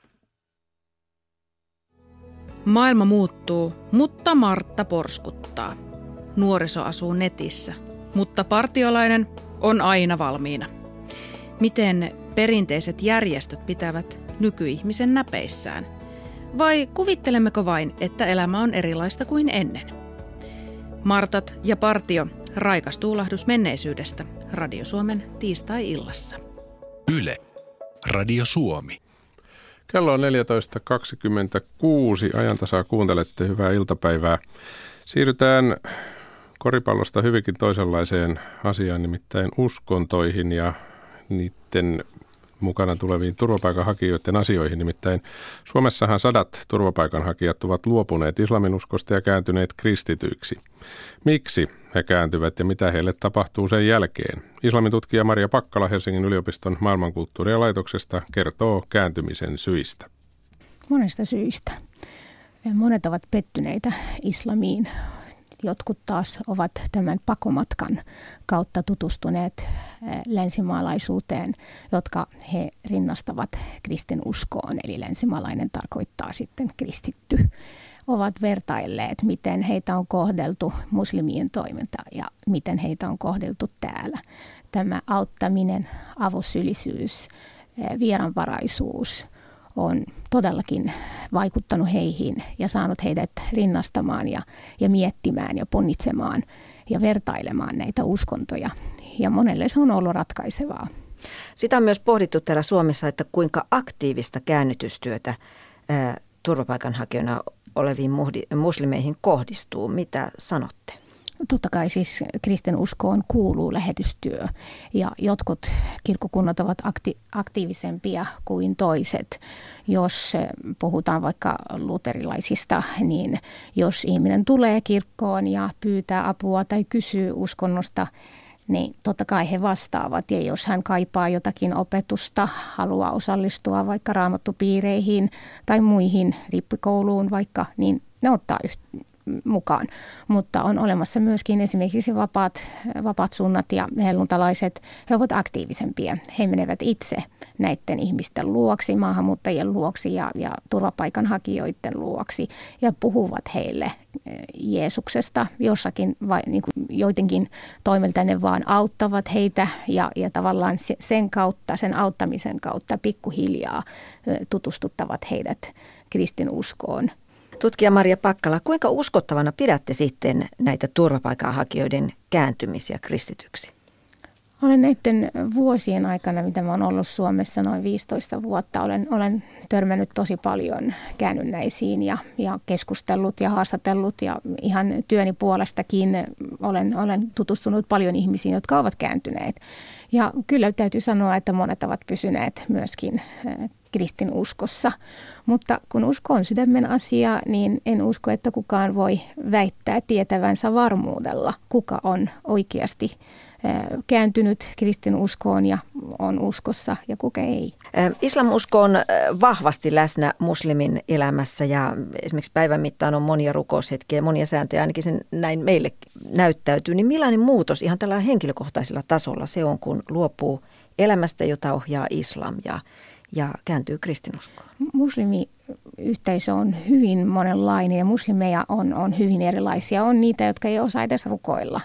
[SPEAKER 6] Maailma muuttuu, mutta Martta porskuttaa. Nuoriso asuu netissä, mutta partiolainen on aina valmiina. Miten perinteiset järjestöt pitävät nykyihmisen näpeissään? Vai kuvittelemmeko vain, että elämä on erilaista kuin ennen? Martat ja partio, raikas tuulahdus menneisyydestä Radio Suomen tiistai-illassa.
[SPEAKER 1] Yle, Radio Suomi.
[SPEAKER 2] Kello on 14.26. Ajantasaa kuuntelette. Hyvää iltapäivää. Siirrytään koripallosta hyvinkin toisenlaiseen asiaan, nimittäin uskontoihin ja niiden mukana tuleviin turvapaikanhakijoiden asioihin. Nimittäin Suomessahan 100 turvapaikanhakijat ovat luopuneet islaminuskosta ja kääntyneet kristityiksi. Miksi he kääntyvät ja mitä heille tapahtuu sen jälkeen? Islamitutkija Maria Pakkala Helsingin yliopiston maailmankulttuurien laitoksesta kertoo kääntymisen syistä.
[SPEAKER 7] Monesta syistä. Monet ovat pettyneitä islamiin. Jotkut taas ovat tämän pakomatkan kautta tutustuneet länsimaalaisuuteen, jotka he rinnastavat kristinuskoon, eli länsimaalainen tarkoittaa sitten kristitty. Ovat vertailleet, miten heitä on kohdeltu muslimien toiminta ja miten heitä on kohdeltu täällä. Tämä auttaminen, avosyllisyys, vieraanvaraisuus on todellakin vaikuttanut heihin ja saanut heidät rinnastamaan ja miettimään ja ponnitsemaan ja vertailemaan näitä uskontoja. Ja monelle se on ollut ratkaisevaa.
[SPEAKER 8] Sitä on myös pohdittu täällä Suomessa, että kuinka aktiivista käännytystyötä turvapaikanhakijoina oleviin muslimeihin kohdistuu. Mitä sanotte?
[SPEAKER 7] Totta kai siis kristinuskoon kuuluu lähetystyö ja jotkut kirkkokunnat ovat aktiivisempia kuin toiset. Jos puhutaan vaikka luterilaisista, niin jos ihminen tulee kirkkoon ja pyytää apua tai kysyy uskonnosta, niin totta kai he vastaavat. Ja jos hän kaipaa jotakin opetusta, haluaa osallistua vaikka raamattupiireihin tai muihin rippikouluun vaikka, niin ne ottaa mukaan. Mutta on olemassa myöskin esimerkiksi vapaat suunnat ja helluntalaiset, he ovat aktiivisempia. He menevät itse näiden ihmisten luoksi, maahanmuuttajien luoksi ja turvapaikanhakijoiden luoksi ja puhuvat heille Jeesuksesta. Jossakin joidenkin toimelta ne vaan auttavat heitä ja tavallaan sen auttamisen kautta pikkuhiljaa tutustuttavat heidät kristinuskoon.
[SPEAKER 8] Tutkija Maria Pakkala, kuinka uskottavana pidätte sitten näitä turvapaikanhakijoiden kääntymisiä kristityksi?
[SPEAKER 7] Olen näiden vuosien aikana, mitä mä olen ollut Suomessa noin 15 vuotta, olen törmännyt tosi paljon käännynnäisiin ja keskustellut ja haastatellut ja ihan työni puolestakin olen tutustunut paljon ihmisiin, jotka ovat kääntyneet. Ja kyllä täytyy sanoa, että monet ovat pysyneet myöskin kristinuskossa, mutta kun usko on sydämen asia, niin en usko, että kukaan voi väittää tietävänsä varmuudella, kuka on oikeasti kääntynyt kristinuskoon ja on uskossa ja kuka ei.
[SPEAKER 8] Islamusko on vahvasti läsnä muslimin elämässä ja esimerkiksi päivän mittaan on monia rukoushetkiä ja monia sääntöjä, ainakin sen näin meille näyttäytyy. Niin millainen muutos ihan tällä henkilökohtaisella tasolla se on, kun luopuu elämästä, jota ohjaa islam ja kääntyy kristinuskoon?
[SPEAKER 7] Muslimiyhteisö on hyvin monenlainen ja muslimeja on hyvin erilaisia. On niitä, jotka ei osaa edes rukoilla.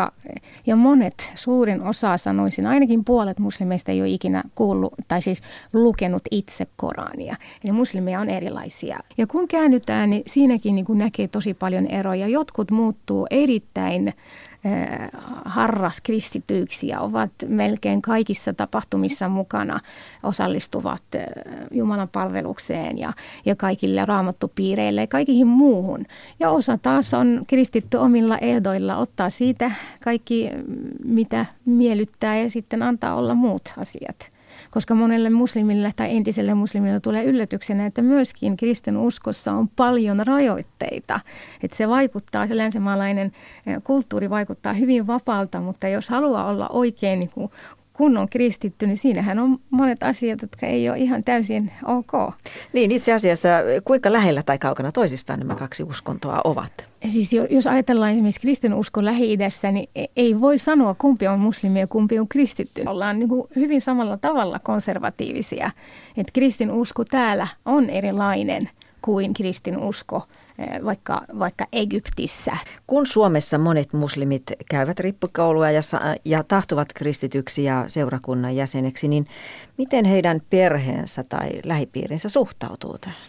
[SPEAKER 7] Ja suurin osa sanoisin, ainakin puolet muslimeista ei ole ikinä kuullut tai siis lukenut itse Korania. Eli muslimeja on erilaisia. Ja kun käännytään, niin siinäkin niin kuin näkee tosi paljon eroja. Jotkut muuttuu erittäin harras kristityiksi ja ovat melkein kaikissa tapahtumissa mukana, osallistuvat Jumalan palvelukseen ja kaikille raamattupiireille ja kaikkiin muuhun. Ja osa taas on kristitty omilla ehdoilla, ottaa siitä kaikki, mitä miellyttää ja sitten antaa olla muut asiat. Koska monelle muslimille tai entiselle muslimille tulee yllätyksenä, että myöskin kristinuskossa on paljon rajoitteita. Että se vaikuttaa, se länsimaalainen kulttuuri vaikuttaa hyvin vapaalta, mutta jos haluaa olla oikein niin kuin kunnon kristitty, niin siinähän on monet asiat, jotka ei ole ihan täysin ok.
[SPEAKER 8] Niin, itse asiassa kuinka lähellä tai kaukana toisistaan nämä kaksi uskontoa ovat?
[SPEAKER 7] Siis jos ajatellaan esimerkiksi kristinusko Lähi-idässä, niin ei voi sanoa, kumpi on muslimi ja kumpi on kristitty. Ollaan niin kuin hyvin samalla tavalla konservatiivisia. Että kristinusko täällä on erilainen kuin kristinusko vaikka Egyptissä.
[SPEAKER 8] Kun Suomessa monet muslimit käyvät rippikoulua ja tahtuvat kristityksi ja seurakunnan jäseneksi, niin miten heidän perheensä tai lähipiirinsä suhtautuu tähän?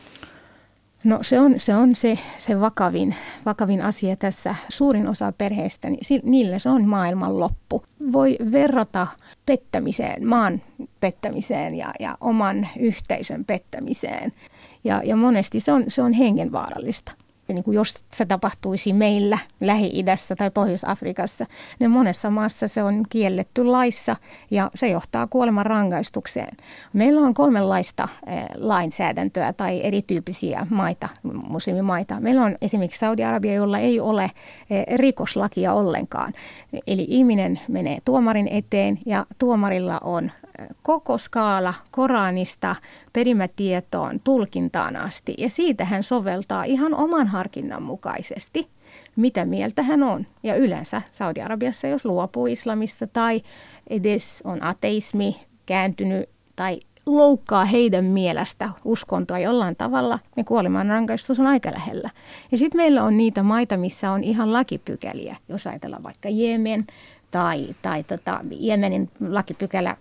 [SPEAKER 7] No se on se vakavin asia tässä. Suurin osa perheistä, niin niille se on maailman loppu. Voi verrata pettämiseen, maan pettämiseen ja oman yhteisön pettämiseen. Ja monesti se on hengenvaarallista. Niin kuin jos se tapahtuisi meillä Lähi-idässä tai Pohjois-Afrikassa, niin monessa maassa se on kielletty laissa ja se johtaa kuoleman rangaistukseen. Meillä on 3 lainsäädäntöä tai erityyppisiä maita, muslimimaita. Meillä on esimerkiksi Saudi-Arabia, jolla ei ole rikoslakia ollenkaan. Eli ihminen menee tuomarin eteen ja tuomarilla on koko skaala Koranista perimätietoon, tulkintaan asti. Ja siitä hän soveltaa ihan oman harkinnan mukaisesti, mitä mieltä hän on. Ja yleensä Saudi-Arabiassa, jos luopuu islamista tai edes on ateismi kääntynyt tai loukkaa heidän mielestä uskontoa jollain tavalla, niin kuolemanrangaistus on aika lähellä. Ja sitten meillä on niitä maita, missä on ihan lakipykäliä, jos ajatellaan vaikka Jemen, tai Jemenin lakipykälä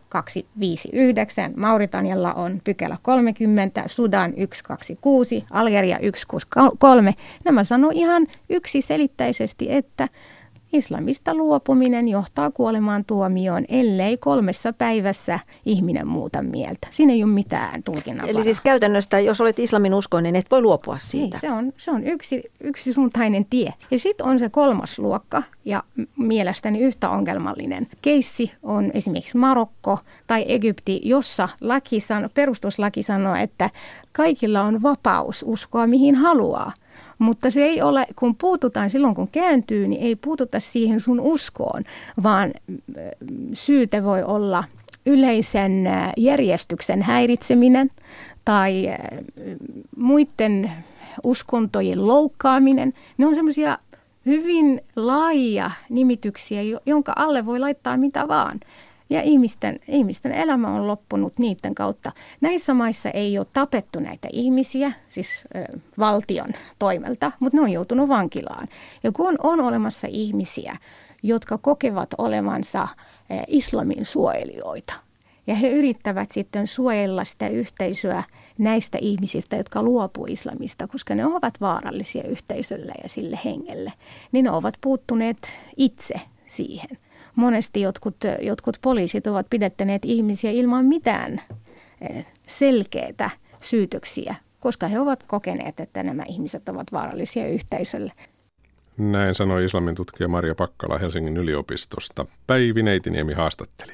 [SPEAKER 7] 259, Mauritanialla on pykälä 30, Sudan 126, Algeria 163. Nämä sanoo ihan yksiselitteisesti, että Islamista luopuminen johtaa kuolemaan tuomioon, ellei 3 päivässä ihminen muuta mieltä. Siinä ei ole mitään tulkinnanvaraa.
[SPEAKER 8] Eli siis käytännössä, jos olet islamin uskoinen, et voi luopua siitä.
[SPEAKER 7] Ei, se on yksisuuntainen tie. Ja sitten on se 3. luokka, ja mielestäni yhtä ongelmallinen keissi on esimerkiksi Marokko tai Egypti, jossa perustuslaki sanoo, että kaikilla on vapaus uskoa mihin haluaa. Mutta se ei ole, kun puututaan silloin kun kääntyy, niin ei puututa siihen sun uskoon, vaan syyte voi olla yleisen järjestyksen häiritseminen tai muiden uskontojen loukkaaminen. Ne on semmoisia hyvin laaja nimityksiä, jonka alle voi laittaa mitä vaan. Ja ihmisten elämä on loppunut niiden kautta. Näissä maissa ei ole tapettu näitä ihmisiä, siis valtion toimelta, mutta ne on joutunut vankilaan. Ja kun on olemassa ihmisiä, jotka kokevat olevansa islamin suojelijoita, ja he yrittävät sitten suojella sitä yhteisöä näistä ihmisistä, jotka luopuu islamista, koska ne ovat vaarallisia yhteisölle ja sille hengelle, niin ne ovat puuttuneet itse siihen. Monesti jotkut poliisit ovat pidettäneet ihmisiä ilman mitään selkeitä syytöksiä, koska he ovat kokeneet, että nämä ihmiset ovat vaarallisia yhteisölle.
[SPEAKER 2] Näin sanoi islamin tutkija Marja Pakkala Helsingin yliopistosta. Päivi Neitiniemi haastatteli.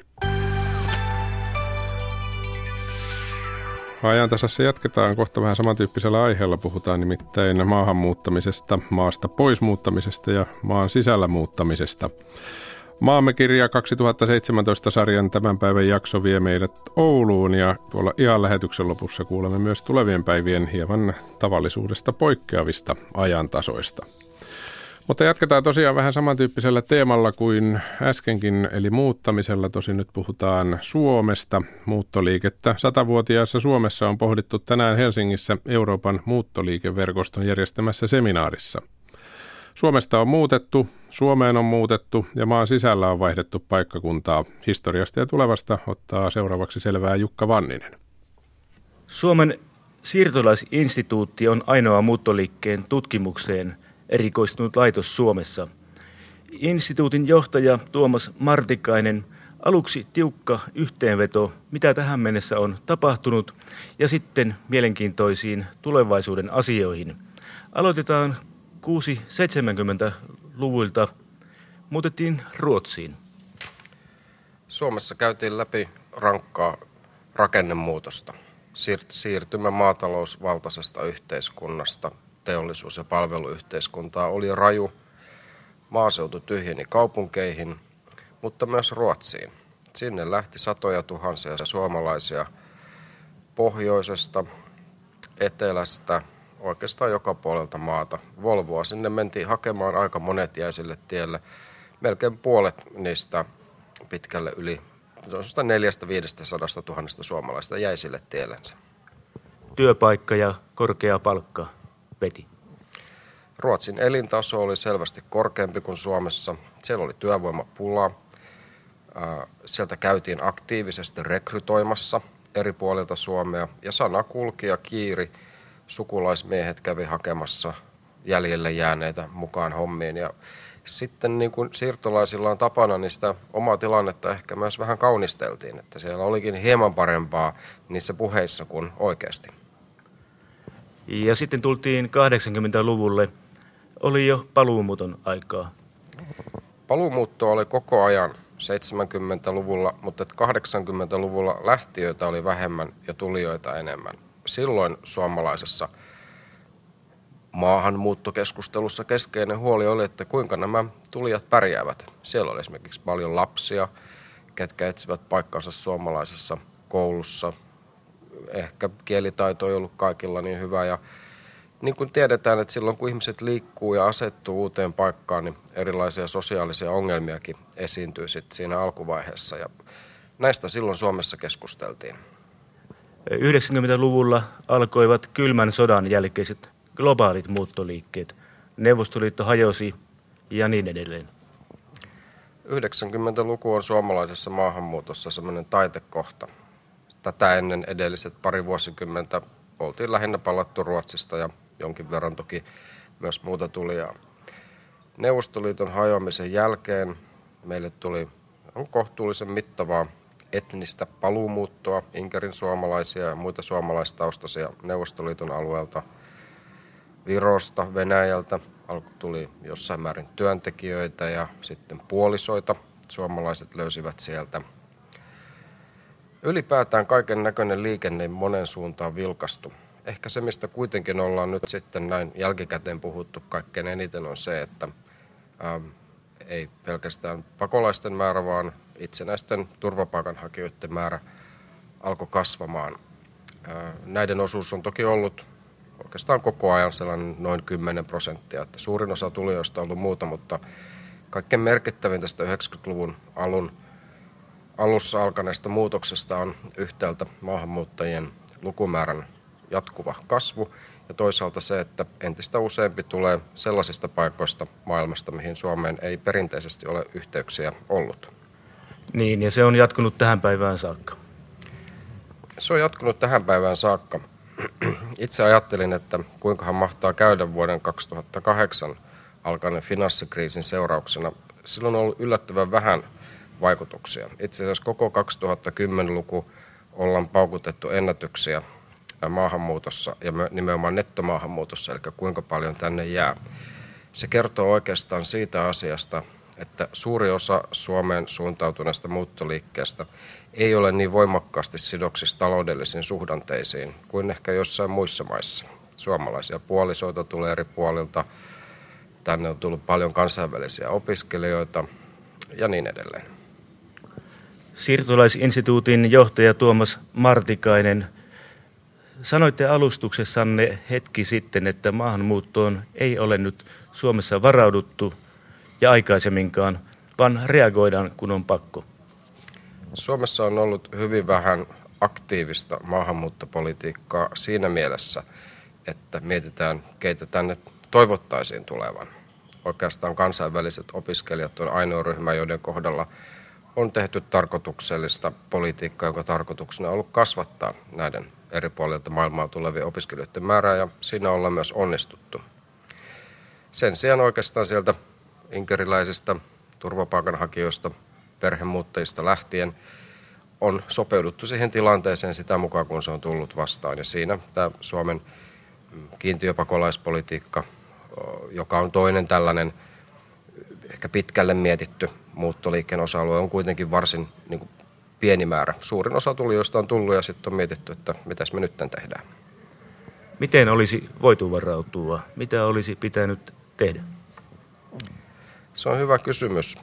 [SPEAKER 2] Ajantasassa jatketaan kohta vähän samantyyppisellä aiheella. Puhutaan nimittäin maahanmuuttamisesta, maasta pois muuttamisesta ja maan sisällä muuttamisesta. Maamme kirja 2017-sarjan tämän päivän jakso vie meidät Ouluun ja tuolla ihan lähetyksen lopussa kuulemme myös tulevien päivien hieman tavallisuudesta poikkeavista ajantasoista. Mutta jatketaan tosiaan vähän samantyyppisellä teemalla kuin äskenkin, eli muuttamisella. Tosin nyt puhutaan Suomesta. Muuttoliikettä 100-vuotiaassa Suomessa on pohdittu tänään Helsingissä Euroopan muuttoliikeverkoston järjestämässä seminaarissa. Suomesta on muutettu, Suomeen on muutettu ja maan sisällä on vaihdettu paikkakuntaa. Historiasta ja tulevasta ottaa seuraavaksi selvää Jukka Vanninen.
[SPEAKER 9] Suomen siirtolaisinstituutti on ainoa muuttoliikkeen tutkimukseen erikoistunut laitos Suomessa. Instituutin johtaja Tuomas Martikainen, aluksi tiukka yhteenveto, mitä tähän mennessä on tapahtunut, ja sitten mielenkiintoisiin tulevaisuuden asioihin. Aloitetaan 70-luvuilta, muutettiin Ruotsiin.
[SPEAKER 10] Suomessa käytiin läpi rankkaa rakennemuutosta. Siirtymä maatalousvaltaisesta yhteiskunnasta teollisuus- ja palveluyhteiskuntaa oli raju. Maaseutu tyhjeni kaupunkeihin, mutta myös Ruotsiin. Sinne lähti satoja tuhansia suomalaisia pohjoisesta, etelästä, oikeastaan joka puolelta maata. Volvoa sinne mentiin hakemaan, aika monet jäi sille tielle. Melkein puolet niistä pitkälle yli 400-500 000 suomalaista jäi sille tiellensä.
[SPEAKER 9] Työpaikka ja korkea palkka veti.
[SPEAKER 10] Ruotsin elintaso oli selvästi korkeampi kuin Suomessa. Siellä oli työvoimapula. Sieltä käytiin aktiivisesti rekrytoimassa eri puolilta Suomea ja sana kulki ja kiiri. Sukulaismiehet kävi hakemassa jäljelle jääneitä mukaan hommiin ja sitten niin kuin siirtolaisilla on tapana, niin sitä omaa tilannetta ehkä myös vähän kaunisteltiin, että siellä olikin hieman parempaa niissä puheissa kuin oikeasti.
[SPEAKER 9] Ja sitten tultiin 80-luvulle, oli jo paluumuuton aikaa.
[SPEAKER 10] Paluumuuttoa oli koko ajan 70-luvulla, mutta 80-luvulla lähtiöitä oli vähemmän ja tulijoita enemmän. Silloin suomalaisessa maahanmuuttokeskustelussa keskeinen huoli oli, että kuinka nämä tulijat pärjäävät. Siellä oli esimerkiksi paljon lapsia, ketkä etsivät paikkansa suomalaisessa koulussa. Ehkä kielitaito ei ollut kaikilla niin hyvä. Ja niin kuin tiedetään, että silloin kun ihmiset liikkuu ja asettuu uuteen paikkaan, niin erilaisia sosiaalisia ongelmiakin esiintyy sitten siinä alkuvaiheessa. Ja näistä silloin Suomessa keskusteltiin.
[SPEAKER 9] 90-luvulla alkoivat kylmän sodan jälkeiset globaalit muuttoliikkeet. Neuvostoliitto hajosi ja niin edelleen.
[SPEAKER 10] 90-luku on suomalaisessa maahanmuutossa semmoinen taitekohta. Tätä ennen edelliset pari vuosikymmentä oltiin lähinnä palattu Ruotsista ja jonkin verran toki myös muuta tulijaa. Neuvostoliiton hajoamisen jälkeen meille tuli kohtuullisen mittavaa etnistä paluumuuttoa, Inkerin suomalaisia ja muita suomalaistaustaisia Neuvostoliiton alueelta, Virosta, Venäjältä. Tuli jossain määrin työntekijöitä ja sitten puolisoita. Suomalaiset löysivät sieltä. Ylipäätään kaiken näköinen liikenne monen suuntaan vilkastu. Ehkä se, mistä kuitenkin ollaan nyt sitten näin jälkikäteen puhuttu kaikkein eniten, on se, että ei pelkästään pakolaisten määrä, vaan itsenäisten turvapaikanhakijoiden määrä alkoi kasvamaan. Näiden osuus on toki ollut oikeastaan koko ajan sellainen noin 10%. Että suurin osa tulijoista on ollut muuta, mutta kaikkein merkittävin tästä 90-luvun alussa alkaneesta muutoksesta on yhtäältä maahanmuuttajien lukumäärän jatkuva kasvu ja toisaalta se, että entistä useampi tulee sellaisista paikoista maailmasta, mihin Suomeen ei perinteisesti ole yhteyksiä ollut.
[SPEAKER 9] Niin, ja se on jatkunut tähän päivään saakka.
[SPEAKER 10] Se on jatkunut tähän päivään saakka. Itse ajattelin, että kuinkahan mahtaa käydä vuoden 2008 alkaneen finanssikriisin seurauksena. Silloin on ollut yllättävän vähän vaikutuksia. Itse asiassa koko 2010-luku ollaan paukutettu ennätyksiä maahanmuutossa ja nimenomaan nettomaahanmuutossa, eli kuinka paljon tänne jää. Se kertoo oikeastaan siitä asiasta, että suuri osa Suomeen suuntautuneesta muuttoliikkeestä ei ole niin voimakkaasti sidoksissa taloudellisiin suhdanteisiin kuin ehkä jossain muissa maissa. Suomalaisia puolisoita tulee eri puolilta, tänne on tullut paljon kansainvälisiä opiskelijoita ja niin edelleen.
[SPEAKER 9] Siirtolaisinstituutin johtaja Tuomas Martikainen, sanoitte alustuksessanne hetki sitten, että maahanmuuttoon ei ole nyt Suomessa varauduttu ja aikaisemminkaan, vaan reagoidaan, kun on pakko.
[SPEAKER 10] Suomessa on ollut hyvin vähän aktiivista maahanmuuttopolitiikkaa siinä mielessä, että mietitään, keitä tänne toivottaisiin tulevan. Oikeastaan kansainväliset opiskelijat on ainoa ryhmä, joiden kohdalla on tehty tarkoituksellista politiikkaa, jonka tarkoituksena on ollut kasvattaa näiden eri puolilta maailmaa tulevien opiskelijoiden määrää, ja siinä ollaan myös onnistuttu. Sen sijaan oikeastaan sieltä inkeriläisistä turvapaikanhakijoista, perhemuuttajista lähtien on sopeuduttu siihen tilanteeseen sitä mukaan, kun se on tullut vastaan. Ja siinä tämä Suomen kiintiöpakolaispolitiikka, joka on toinen tällainen ehkä pitkälle mietitty muuttoliikkeen osa-alue, on kuitenkin varsin pieni määrä. Suurin osa tulijoista on tullut ja sitten on mietitty, että mitäs me nyt tehdään.
[SPEAKER 9] Miten olisi voitu varautua? Mitä olisi pitänyt tehdä?
[SPEAKER 10] Se on hyvä kysymys.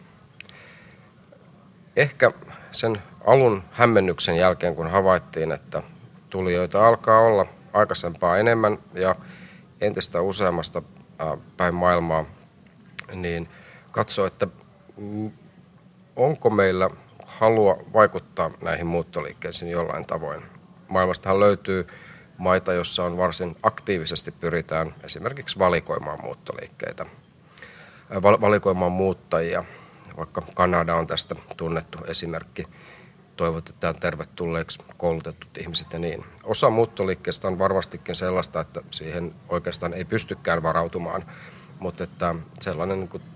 [SPEAKER 10] Ehkä sen alun hämmennyksen jälkeen, kun havaittiin, että tulijoita alkaa olla aikaisempaa enemmän ja entistä useammasta päin maailmaa, niin katsoo, että onko meillä halua vaikuttaa näihin muuttoliikkeisiin jollain tavoin. Maailmastahan löytyy maita, joissa on varsin aktiivisesti pyritään esimerkiksi valikoimaan muuttoliikkeitä, valikoimaan muuttajia. Vaikka Kanada on tästä tunnettu esimerkki, toivotetaan tervetulleeksi koulutetut ihmiset ja niin. Osa muuttoliikkeestä on varmastikin sellaista, että siihen oikeastaan ei pystykään varautumaan, mutta että sellainen niin kuin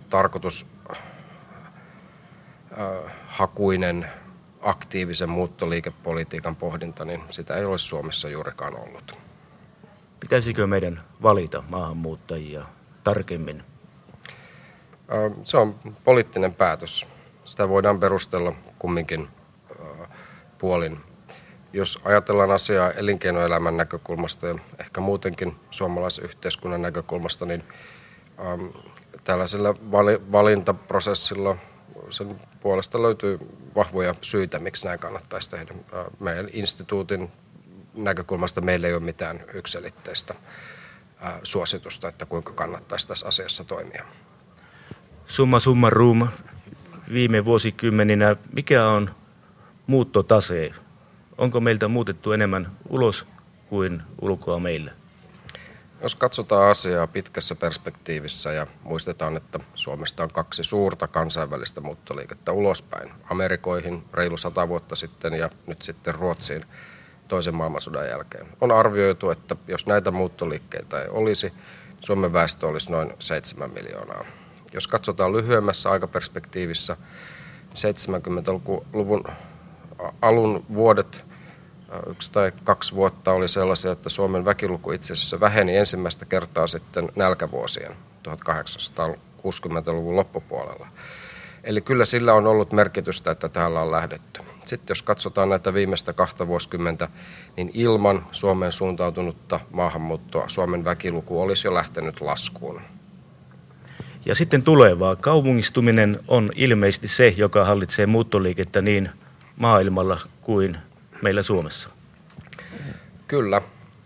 [SPEAKER 10] tarkoitushakuinen aktiivisen muuttoliikepolitiikan pohdinta, niin sitä ei ole Suomessa juurikaan ollut.
[SPEAKER 9] Pitäisikö meidän valita maahanmuuttajia tarkemmin?
[SPEAKER 10] Se on poliittinen päätös. Sitä voidaan perustella kumminkin puolin. Jos ajatellaan asiaa elinkeinoelämän näkökulmasta ja ehkä muutenkin suomalaisen yhteiskunnan näkökulmasta, niin tällaisella valintaprosessilla sen puolesta löytyy vahvoja syitä, miksi näin kannattaisi tehdä. Meidän instituutin näkökulmasta meillä ei ole mitään yksiselitteistä suositusta, että kuinka kannattaisi tässä asiassa toimia.
[SPEAKER 9] Summa summarum, viime vuosikymmeninä, mikä on muuttotase? Onko meiltä muutettu enemmän ulos kuin ulkoa meille?
[SPEAKER 10] Jos katsotaan asiaa pitkässä perspektiivissä ja muistetaan, että Suomesta on 2 suurta kansainvälistä muuttoliikettä ulospäin, Amerikoihin reilu 100 vuotta sitten ja nyt sitten Ruotsiin toisen maailmansodan jälkeen. On arvioitu, että jos näitä muuttoliikkeitä ei olisi, Suomen väestö olisi noin 7 miljoonaa. Jos katsotaan lyhyemmässä aikaperspektiivissä, 70-luvun alun vuodet, 1 tai 2 vuotta oli sellaisia, että Suomen väkiluku itse asiassa väheni ensimmäistä kertaa sitten nälkävuosien 1860-luvun loppupuolella. Eli kyllä sillä on ollut merkitystä, että täällä on lähdetty. Sitten jos katsotaan näitä viimeistä 2 vuosikymmentä, niin ilman Suomeen suuntautunutta maahanmuuttoa Suomen väkiluku olisi jo lähtenyt laskuun.
[SPEAKER 9] Ja sitten tulevaa. Kaupungistuminen on ilmeisesti se, joka hallitsee muuttoliikettä niin maailmalla kuin meillä Suomessa.
[SPEAKER 10] Kyllä.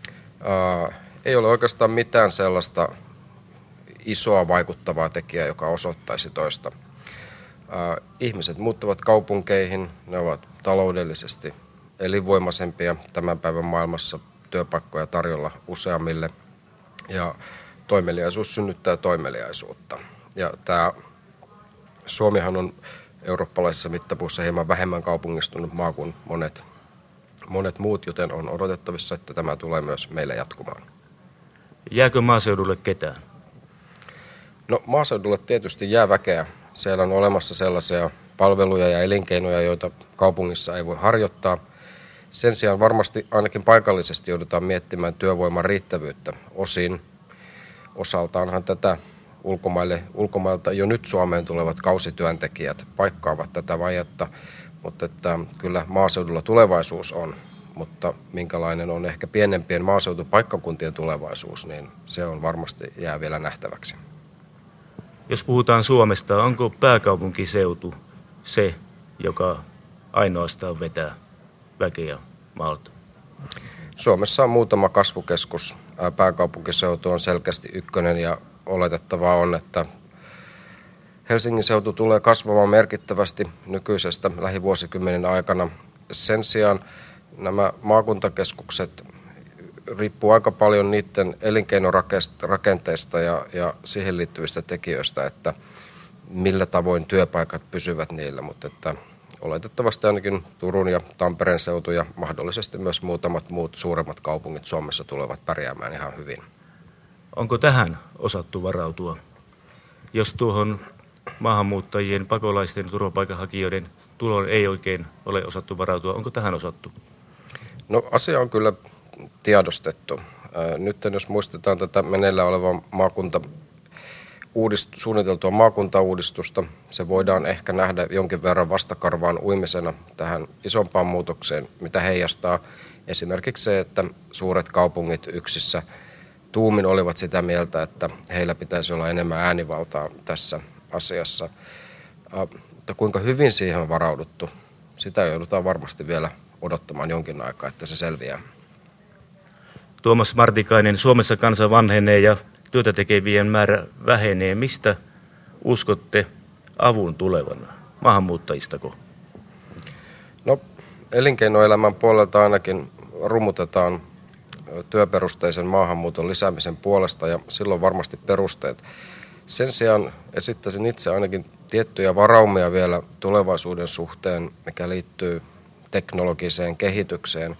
[SPEAKER 10] Ei ole oikeastaan mitään sellaista isoa vaikuttavaa tekijää, joka osoittaisi toista. Ihmiset muuttavat kaupunkeihin, ne ovat taloudellisesti elinvoimaisempia tämän päivän maailmassa, työpaikkoja tarjolla useammille ja toimeliaisuus synnyttää toimeliaisuutta. Ja tämä Suomihan on eurooppalaisessa mittapuussa hieman vähemmän kaupungistunut maa kuin monet muut, joten on odotettavissa, että tämä tulee myös meille jatkumaan.
[SPEAKER 9] Jääkö maaseudulle ketään?
[SPEAKER 10] No maaseudulle tietysti jää väkeä. Siellä on olemassa sellaisia palveluja ja elinkeinoja, joita kaupungissa ei voi harjoittaa. Sen sijaan varmasti ainakin paikallisesti joudutaan miettimään työvoiman riittävyyttä osaltaanhan tätä ulkomailta jo nyt Suomeen tulevat kausityöntekijät paikkaavat tätä vajetta, mutta että kyllä maaseudulla tulevaisuus on, mutta minkälainen on ehkä pienempien maaseutupaikkakuntien tulevaisuus, niin se on varmasti jää vielä nähtäväksi.
[SPEAKER 9] Jos puhutaan Suomesta, onko pääkaupunkiseutu se, joka ainoastaan vetää väkeä maalta?
[SPEAKER 10] Suomessa on muutama kasvukeskus. Pääkaupunkiseutu on selkeästi ykkönen ja oletettavaa on, että Helsingin seutu tulee kasvamaan merkittävästi nykyisestä lähivuosikymmenen aikana. Sen sijaan nämä maakuntakeskukset riippuu aika paljon niiden elinkeinorakenteista ja siihen liittyvistä tekijöistä, että millä tavoin työpaikat pysyvät niillä, mutta että oletettavasti ainakin Turun ja Tampereen seutu ja mahdollisesti myös muutamat muut suuremmat kaupungit Suomessa tulevat pärjäämään ihan hyvin.
[SPEAKER 9] Onko tähän osattu varautua? Jos tuohon maahanmuuttajien, pakolaisten, turvapaikanhakijoiden tuloon ei oikein ole osattu varautua, onko tähän osattu?
[SPEAKER 10] No asia on kyllä tiedostettu. Nyt jos muistetaan tätä meneillään olevaa suunniteltua maakuntauudistusta, se voidaan ehkä nähdä jonkin verran vastakarvaan uimisena tähän isompaan muutokseen, mitä heijastaa esimerkiksi se, että suuret kaupungit yksissä tuumin olivat sitä mieltä, että heillä pitäisi olla enemmän äänivaltaa tässä asiassa. Mutta kuinka hyvin siihen on varauduttu, sitä joudutaan varmasti vielä odottamaan jonkin aikaa, että se selviää.
[SPEAKER 9] Tuomas Martikainen, Suomessa kansa vanhenee ja työtä tekevien määrä vähenee. Mistä uskotte avun tulevan? Maahanmuuttajistako?
[SPEAKER 10] No, elinkeinoelämän puolelta ainakin rummutetaan työperusteisen maahanmuuton lisäämisen puolesta ja silloin varmasti perusteet. Sen sijaan esittäisin itse ainakin tiettyjä varaumia vielä tulevaisuuden suhteen, mikä liittyy teknologiseen kehitykseen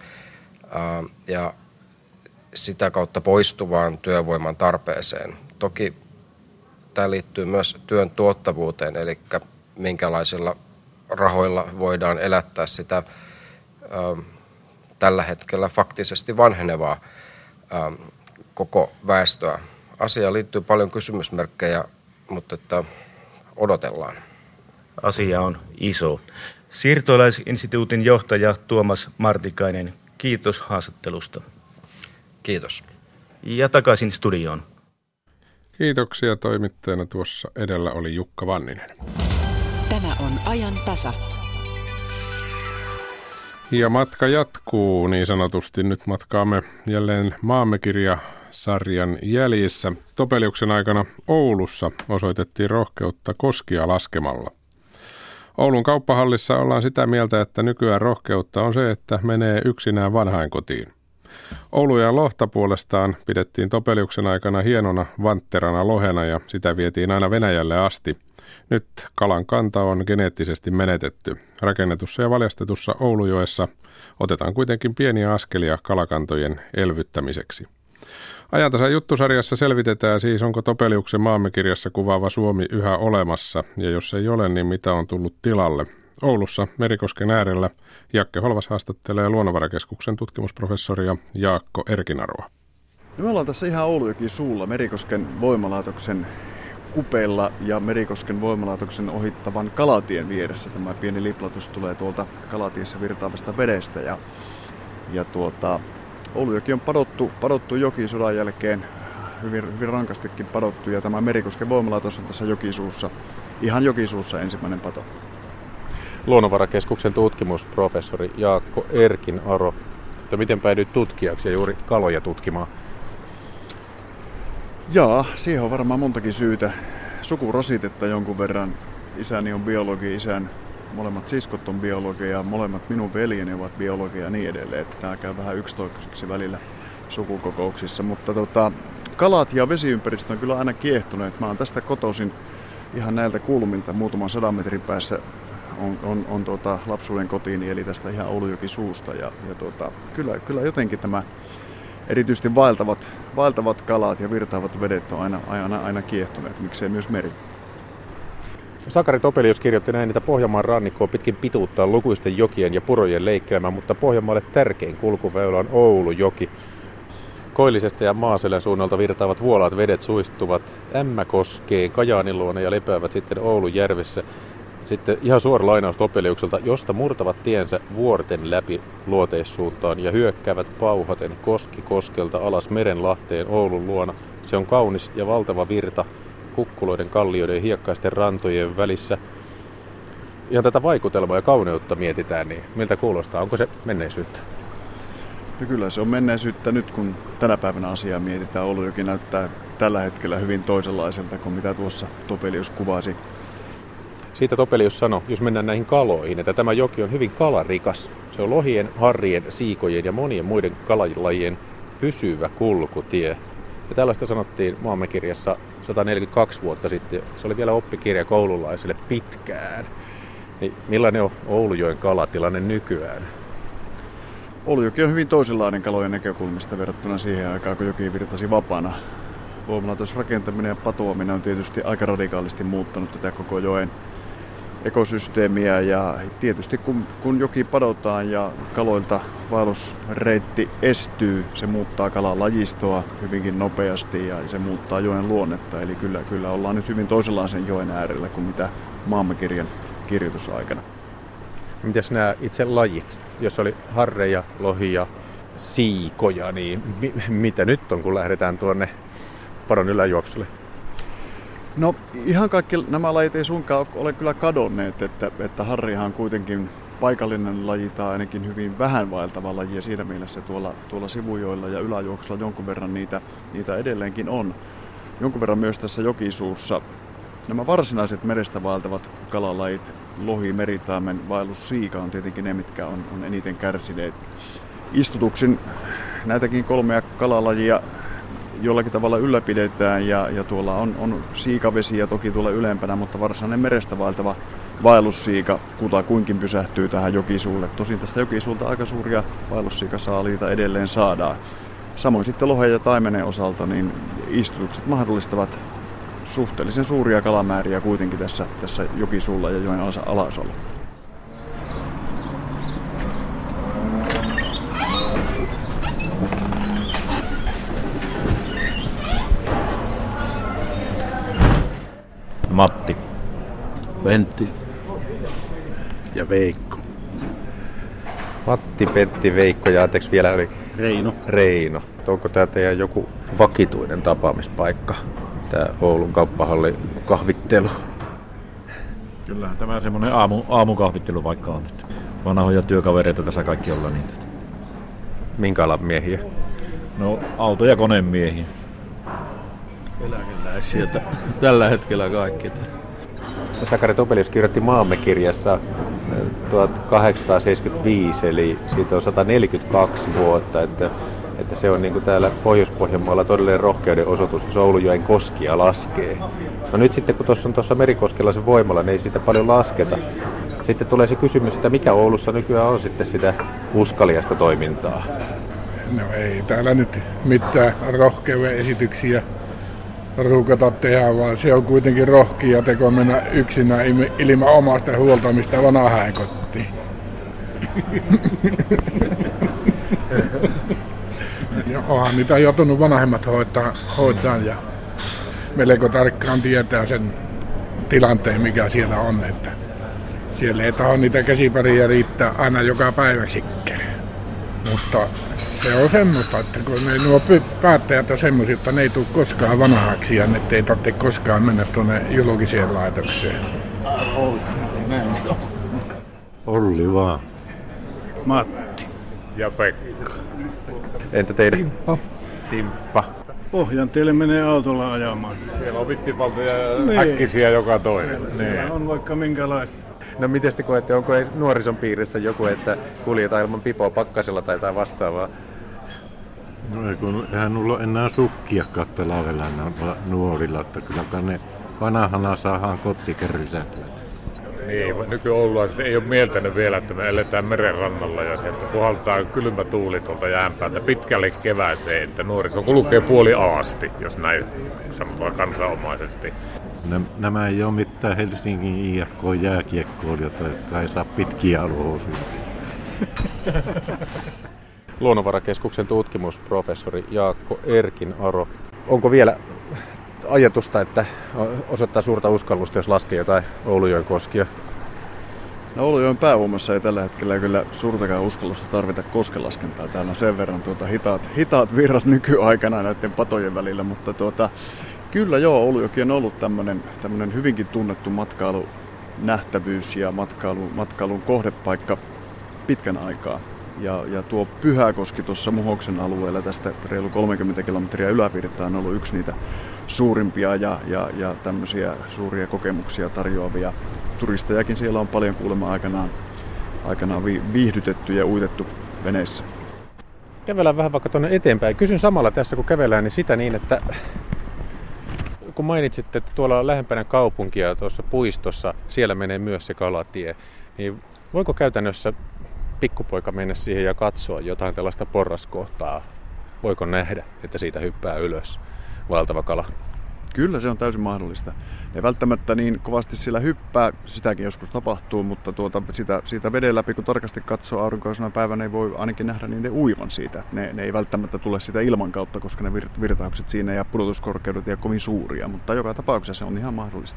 [SPEAKER 10] ja sitä kautta poistuvaan työvoiman tarpeeseen. Toki tämä liittyy myös työn tuottavuuteen, eli minkälaisilla rahoilla voidaan elättää sitä tällä hetkellä faktisesti vanhenevaa koko väestöä. Asiaan liittyy paljon kysymysmerkkejä, mutta että odotellaan.
[SPEAKER 9] Asia on iso. Siirtolaisinstituutin johtaja Tuomas Martikainen, kiitos haastattelusta.
[SPEAKER 10] Kiitos.
[SPEAKER 9] Ja takaisin studioon.
[SPEAKER 2] Kiitoksia. Toimittajana tuossa edellä oli Jukka Vanninen.
[SPEAKER 4] Tämä on ajan tasa.
[SPEAKER 2] Ja matka jatkuu niin sanotusti. Nyt matkaamme jälleen Maamekirja-sarjan jäljissä. Topeliuksen aikana Oulussa osoitettiin rohkeutta koskia laskemalla. Oulun kauppahallissa ollaan sitä mieltä, että nykyään rohkeutta on se, että menee yksinään vanhainkotiin. Oulu ja lohta puolestaan pidettiin Topeliuksen aikana hienona vantterana lohena ja sitä vietiin aina Venäjälle asti. Nyt kalan kanta on geneettisesti menetetty. Rakennetussa ja valjastetussa Oulujoessa otetaan kuitenkin pieniä askelia kalakantojen elvyttämiseksi. Ajantasan juttusarjassa selvitetään siis, onko Topeliuksen Maamme-kirjassa kuvaava Suomi yhä olemassa, ja jos ei ole, niin mitä on tullut tilalle. Oulussa Merikosken äärellä Jakke Holvas haastattelee Luonnonvarakeskuksen tutkimusprofessoria Jaakko Erkinaroa.
[SPEAKER 11] No me ollaan tässä ihan Oulujoki suulla Merikosken voimalaitoksen kupeella ja Merikosken voimalaitoksen ohittavan kalatien vieressä. Tämä pieni liplatus tulee tuolta kalatiessä virtaavasta vedestä ja Oulujoki on padottu joki sodan jälkeen, hyvin rankastikin padottu, ja tämä Merikosken voimalaitos on tässä jokisuussa, ihan jokisuussa ensimmäinen pato.
[SPEAKER 2] Luonnonvarakeskuksen tutkimusprofessori Jaakko Erkinaro. Ja miten päädyit tutkijaksi ja juuri kaloja tutkimaan?
[SPEAKER 11] Jaa, siihen on varmaan montakin syytä. Sukurasitetta jonkun verran. Isäni on biologi, isän molemmat siskot on biologia, molemmat minun veljeni ovat biologia ja niin edelleen. Että tämä käy vähän yksitoiseksi välillä sukukokouksissa. Mutta kalat ja vesiympäristö on kyllä aina kiehtoneet. Mä oon tästä kotoisin ihan näiltä kulmilta muutaman 100 metrin päässä on lapsuuden kotiini, eli tästä ihan Oulujoki suusta. Ja kyllä jotenkin tämä erityisesti vaeltavat kalat ja virtaavat vedet on aina kiehtoneet, miksei myös meri.
[SPEAKER 2] Sakari Topelius kirjoitti näin, että Pohjanmaan rannikko on pitkin pituuttaan lukuisten jokien ja purojen leikkelemä, mutta Pohjanmaalle tärkein kulkuväylä on Oulujoki. Koillisesta ja Maaselän suunnalta virtaavat vuolaat vedet suistuvat Ämmäkoskeen, Kajaanin luona ja lepäävät sitten Oulujärvessä. Sitten ihan suora lainaus Topeliukselta, josta murtavat tiensä vuorten läpi luoteissuuntaan ja hyökkäävät pauhaten koski koskelta alas Merenlahteen Oulun luona. Se on kaunis ja valtava virta kukkuloiden, kallioiden ja hiekkaisten rantojen välissä. Ihan tätä vaikutelmaa ja kauneutta mietitään, niin miltä kuulostaa? Onko se menneisyyttä?
[SPEAKER 11] No kyllä se on menneisyyttä nyt, kun tänä päivänä asiaa mietitään. Oulujoki näyttää tällä hetkellä hyvin toisenlaiselta kuin mitä tuossa Topelius kuvasi.
[SPEAKER 2] Siitä Topelius sanoi, jos mennään näihin kaloihin, että tämä joki on hyvin kalarikas. Se on lohien, harrien, siikojen ja monien muiden kalajilajien pysyvä kulkutie. Ja tällaista sanottiin Maamme-kirjassa 142 vuotta sitten. Se oli vielä oppikirja koululaisille pitkään. Niin millainen on Oulujoen kalatilanne nykyään?
[SPEAKER 11] Oulujoki on hyvin toisenlainen kalojen näkökulmista verrattuna siihen aikaan, kun joki virtasi vapaana. Voimalaitosrakentaminen ja patoaminen on tietysti aika radikaalisti muuttanut tätä koko joen ekosysteemiä, ja tietysti kun joki padotaan ja kaloilta vaellusreitti estyy, se muuttaa kalalajistoa hyvinkin nopeasti ja se muuttaa joen luonnetta. Eli kyllä ollaan nyt hyvin toisenlaisen joen äärellä kuin mitä Maamme-kirjan kirjoitusaikana.
[SPEAKER 2] Mitäs nämä itse lajit? Jos oli harreja, lohia, siikoja, niin mitä nyt on, kun lähdetään tuonne padon yläjuoksulle?
[SPEAKER 11] No ihan kaikki nämä lajit ei suinkaan ole kyllä kadonneet, että harrihan on kuitenkin paikallinen laji tai ainakin hyvin vähän vaeltava laji, ja siinä mielessä tuolla sivujoilla ja yläjuoksulla jonkun verran niitä edelleenkin on. Jonkun verran myös tässä jokisuussa. Nämä varsinaiset merestä vaeltavat kalalajit, lohi, meritaimen, vaellussiika on tietenkin ne, mitkä on eniten kärsineet. Istutuksin näitäkin kolmea kalalajia jollakin tavalla ylläpidetään ja tuolla on siikavesiä toki tuolla ylempänä, mutta varsinainen merestä vaeltava vaellussiika kutakuinkin pysähtyy tähän jokisuulle. Tosin tästä jokisuulta aika suuria vaellussiikasaaliita edelleen saadaan. Samoin sitten lohen ja taimenen osalta niin istutukset mahdollistavat suhteellisen suuria kalamääriä kuitenkin tässä jokisuulla ja joen alaosalla.
[SPEAKER 12] Matti.
[SPEAKER 13] Pentti ja Veikko.
[SPEAKER 2] Matti, Pentti, Veikko ja anteeksi vielä oli Reino. Onko tämä teidän joku vakituinen tapaamispaikka, tämä Oulun kauppahallin kahvittelu?
[SPEAKER 12] Kyllähän tämä semmoinen aamukahvittelupaikka on nyt. Vanhoja työkavereita tässä kaikki ollaan niitä.
[SPEAKER 2] Minkä alan miehiä?
[SPEAKER 12] No auto- ja konemiehiä.
[SPEAKER 13] Eläkeläisiä tällä hetkellä kaikki.
[SPEAKER 2] Sakari Topelius kirjoitti Maamme-kirjassa 1875, eli siitä on 142 vuotta, että se on niin kuin täällä Pohjois-Pohjanmaalla todellinen rohkeuden osoitus, jos Oulujoen koskia laskee. No nyt sitten, kun tuossa Merikoskella se voimala, niin ei siitä paljon lasketa. Sitten tulee se kysymys, että mikä Oulussa nykyään on sitten sitä uskaliasta toimintaa.
[SPEAKER 13] No ei täällä nyt mitään rohkeuden esityksiä ruukata tehdä, vaan se on kuitenkin rohkia teko mennä yksinään ilman omasta huoltamista vanhaan kotiin. Onhan niitä joutunut vanhemmat hoitaa ja melko tarkkaan tietää sen tilanteen, mikä siellä on. Että siellä ei taho niitä käsipareja riittää aina joka päiväksikään. Mutta se on semmoista, että kun nuo päättäjät on semmoisia, että ne ei tule koskaan vanhaksi ja ne ei tarvitse koskaan mennä tuonne julkiseen laitokseen.
[SPEAKER 12] Olli vaan.
[SPEAKER 14] Matti.
[SPEAKER 2] Ja Pekka. Entä teidän? Timppa.
[SPEAKER 14] Pohjantielle menee autolla ajamaan.
[SPEAKER 2] Siellä on vittipaltoja ja häkkisiä joka toinen.
[SPEAKER 14] Siellä on vaikka minkälaista.
[SPEAKER 2] No miten te koette, onko nuorison piirissä joku, että kuljetaan ilman pipoa pakkasella tai jotain vastaavaa?
[SPEAKER 12] No ei, kun eihän nulla ole enää sukkiakaan talvella nuorilla, että kyllä ne vanhana saadaan kotikerrysätellä.
[SPEAKER 2] Niin, nyky-oululaiset ei ole mieltänyt vielä, että me eletään merenrannalla ja sieltä puhaltaa kylmä tuuli tuolta jään päältä pitkälle kevääseen, että nuoriso kulkee puoli alasti, jos näin sanotaan kansanomaisesti.
[SPEAKER 12] Nämä ei ole mitään Helsingin IFK-jääkiekkoilijoita, jotka ei saa pitkiä aluhousuja.
[SPEAKER 2] Luonnonvarakeskuksen tutkimusprofessori Jaakko Erkin-Aro. Onko vielä ajatusta, että osoittaa suurta uskallusta, jos laskee jotain Oulujoen koskia?
[SPEAKER 11] No Oulujoen pääuomassa ei tällä hetkellä kyllä suurtakaan uskallusta tarvita koskelaskentaa. Täällä on sen verran hitaat virrat nykyaikana näiden patojen välillä, mutta kyllä joo, Oulujoki on ollut tämmöinen hyvinkin tunnettu matkailunähtävyys ja matkailun kohdepaikka pitkän aikaa. Ja tuo Pyhäkoski tuossa Muhoksen alueella tästä reilu 30 kilometriä ylävirtaan on ollut yksi niitä suurimpia ja tämmöisiä suuria kokemuksia tarjoavia turistejakin. Siellä on paljon kuulemma aikanaan viihdytetty ja uitettu veneissä.
[SPEAKER 2] Kävelään vähän vaikka tuonne eteenpäin. Kysyn samalla tässä kun kävelään, niin sitä niin, että kun mainitsitte, että tuolla lähempänä kaupunkia tuossa puistossa, siellä menee myös se kalatie, niin voiko käytännössä pikkupoika mennä siihen ja katsoa jotain tällaista porraskohtaa? Voiko nähdä, että siitä hyppää ylös valtava kala?
[SPEAKER 11] Kyllä se on täysin mahdollista. Ei välttämättä niin kovasti sillä hyppää, sitäkin joskus tapahtuu, mutta siitä veden läpi kun tarkasti katsoo aurinkoisena päivänä, ei voi ainakin nähdä niiden uivan siitä. Ne ei välttämättä tule sitä ilman kautta, koska ne virtaukset siinä ja pudotuskorkeudet ei ole kovin suuria, mutta joka tapauksessa se on ihan mahdollista.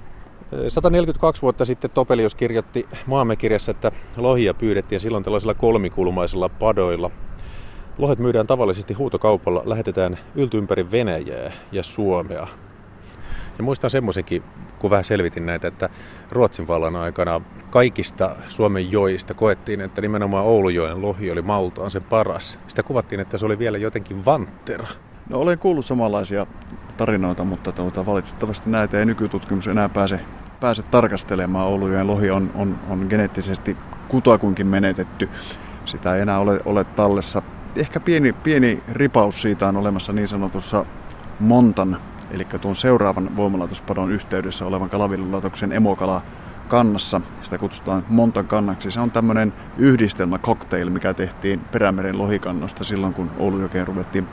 [SPEAKER 2] 142 vuotta sitten Topelius kirjoitti Maamme-kirjassa, että lohia pyydettiin silloin tällaisilla kolmikulmaisilla padoilla. Lohet myydään tavallisesti huutokaupalla, lähetetään yltympäri Venäjää ja Suomea. Ja muistan semmoisenkin, kun vähän selvitin näitä, että Ruotsin vallan aikana kaikista Suomen joista koettiin, että nimenomaan Oulujoen lohi oli maultaan se paras. Sitä kuvattiin, että se oli vielä jotenkin vanttera.
[SPEAKER 11] No olen kuullut samanlaisia tarinoita, mutta valitettavasti näitä ei nykytutkimus enää pääse tarkastelemaan. Oulujoen lohi on geneettisesti kutakuinkin menetetty. Sitä ei enää ole tallessa. Ehkä pieni ripaus siitä on olemassa niin sanotussa Montan, eli tuon seuraavan voimalaitospadon yhteydessä olevan kalaviljelylaitoksen emokalakannassa. Sitä kutsutaan Montan kannaksi. Se on tämmöinen yhdistelmä cocktail, mikä tehtiin Perämeren lohikannosta silloin, kun Oulujokeen ruvettiin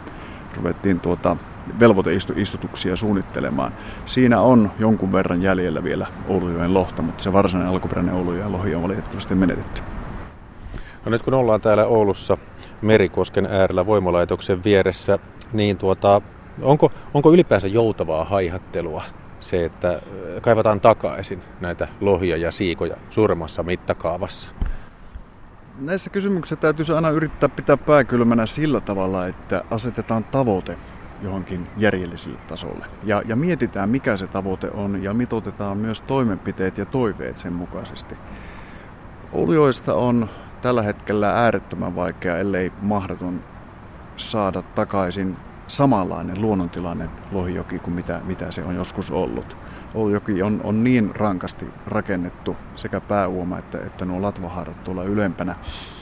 [SPEAKER 11] velvoiteistutuksia suunnittelemaan. Siinä on jonkun verran jäljellä vielä Oulujoen lohta, mutta se varsinainen alkuperäinen Oulujoen lohi on valitettavasti menetetty.
[SPEAKER 2] No nyt kun ollaan täällä Oulussa Merikosken äärellä voimalaitoksen vieressä, niin onko ylipäänsä joutavaa haihattelua se, että kaivataan takaisin näitä lohia ja siikoja suuremmassa mittakaavassa?
[SPEAKER 11] Näissä kysymyksissä täytyisi aina yrittää pitää pää kylmänä sillä tavalla, että asetetaan tavoite johonkin järjelliselle tasolle. Ja mietitään, mikä se tavoite on, ja mitoitetaan myös toimenpiteet ja toiveet sen mukaisesti. Oulujoesta on tällä hetkellä äärettömän vaikea, ellei mahdoton saada takaisin samanlainen luonnontilainen lohijoki kuin mitä se on joskus ollut. Oulujoki on niin rankasti rakennettu sekä pääuoma että nuo latvahaarat tuolla ylempänä.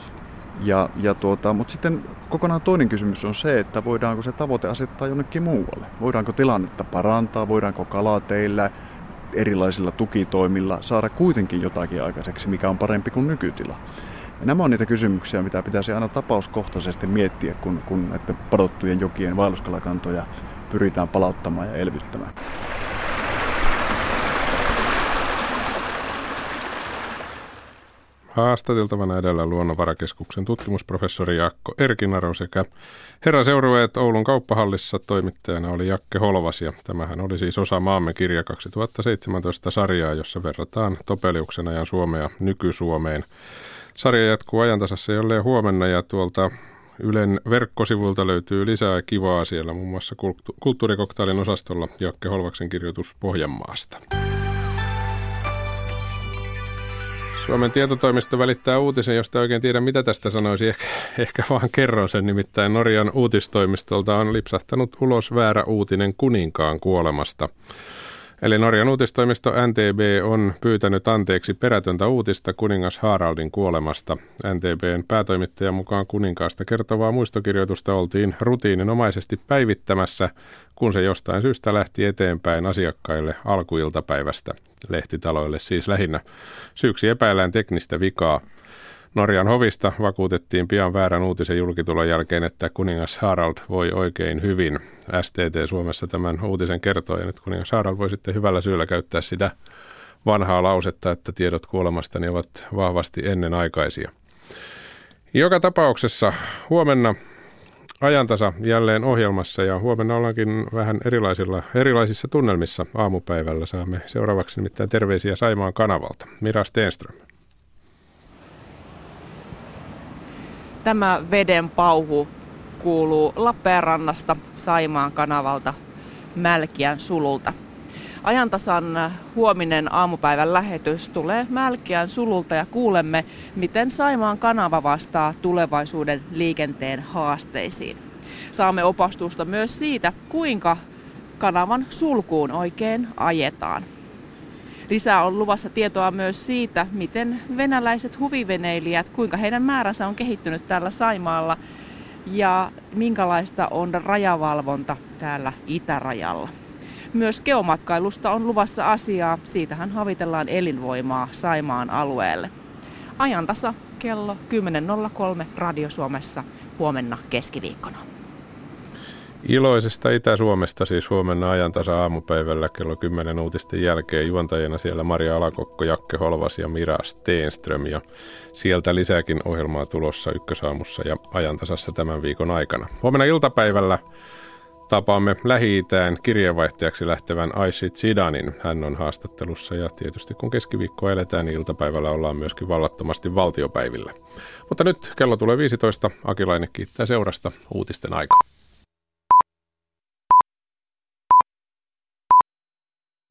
[SPEAKER 11] Mutta sitten kokonaan toinen kysymys on se, että voidaanko se tavoite asettaa jonnekin muualle. Voidaanko tilannetta parantaa, voidaanko kalateillä, erilaisilla tukitoimilla saada kuitenkin jotakin aikaiseksi, mikä on parempi kuin nykytila. Ja nämä on niitä kysymyksiä, mitä pitäisi aina tapauskohtaisesti miettiä, kun näiden padottujen jokien vaelluskalakantoja pyritään palauttamaan ja elvyttämään.
[SPEAKER 2] Haastateltavana edellä Luonnonvarakeskuksen tutkimusprofessori Jaakko Erkinaro sekä Herra seurueet Oulun kauppahallissa toimittajana oli Jakke Holvas. Ja tämähän oli siis osa Maamme kirja 2017 sarjaa, jossa verrataan Topeliuksen ajan Suomea nyky-Suomeen. Sarja jatkuu Ajantasassa jälleen huomenna ja tuolta Ylen verkkosivulta löytyy lisää kivaa siellä, muun muassa kulttuurikoktailin osastolla Jakke Holvaksen kirjoitus Pohjanmaasta. Suomen tietotoimisto välittää uutisen, josta oikein tiedä mitä tästä sanoisi, ehkä vaan kerron sen, nimittäin Norjan uutistoimistolta on lipsahtanut ulos väärä uutinen kuninkaan kuolemasta. Eli Norjan uutistoimisto NTB on pyytänyt anteeksi perätöntä uutista kuningas Haraldin kuolemasta. NTB:n päätoimittajan mukaan kuninkaasta kertovaa muistokirjoitusta oltiin rutiininomaisesti päivittämässä, kun se jostain syystä lähti eteenpäin asiakkaille alkuiltapäivästä. Lehtitaloille siis lähinnä. Syyksi epäillään teknistä vikaa. Norjan hovista vakuutettiin pian väärän uutisen julkitulon jälkeen, että kuningas Harald voi oikein hyvin. STT Suomessa tämän uutisen kertoo ja nyt kuningas Harald voi sitten hyvällä syyllä käyttää sitä vanhaa lausetta, että tiedot kuolemastani ovat vahvasti ennenaikaisia. Joka tapauksessa huomenna Ajantasa jälleen ohjelmassa ja huomenna ollaankin vähän erilaisissa tunnelmissa aamupäivällä. Saamme seuraavaksi nimittäin terveisiä Saimaan kanavalta. Mira Stenström.
[SPEAKER 15] Tämä veden pauhu kuuluu Lappeenrannasta Saimaan kanavalta Mälkiän sululta. Ajantasan huominen aamupäivän lähetys tulee Mälkiän sululta ja kuulemme, miten Saimaan kanava vastaa tulevaisuuden liikenteen haasteisiin. Saamme opastusta myös siitä, kuinka kanavan sulkuun oikein ajetaan. Lisää on luvassa tietoa myös siitä, miten venäläiset huviveneilijät, kuinka heidän määränsä on kehittynyt täällä Saimaalla ja minkälaista on rajavalvonta täällä itärajalla. Myös geomatkailusta on luvassa asiaa, siitähän havitellaan elinvoimaa Saimaan alueelle. Ajantasa kello 10.03 Radio Suomessa huomenna keskiviikkona.
[SPEAKER 2] Iloisesta Itä-Suomesta siis huomenna Ajantasa aamupäivällä kello 10 uutisten jälkeen. Juontajana siellä Maria Alakokko, Jakke Holvas ja Mira Stenström. Ja sieltä lisääkin ohjelmaa tulossa Ykkösaamussa ja Ajantasassa tämän viikon aikana. Huomenna iltapäivällä tapaamme Lähi-Itään kirjeenvaihtajaksi lähtevän Ayşe Zidanin. Hän on haastattelussa ja tietysti kun keskiviikkoa eletään, niin iltapäivällä ollaan myöskin vallattomasti valtiopäivillä. Mutta nyt kello tulee 15. Akilainen kiittää seurasta uutisten aika.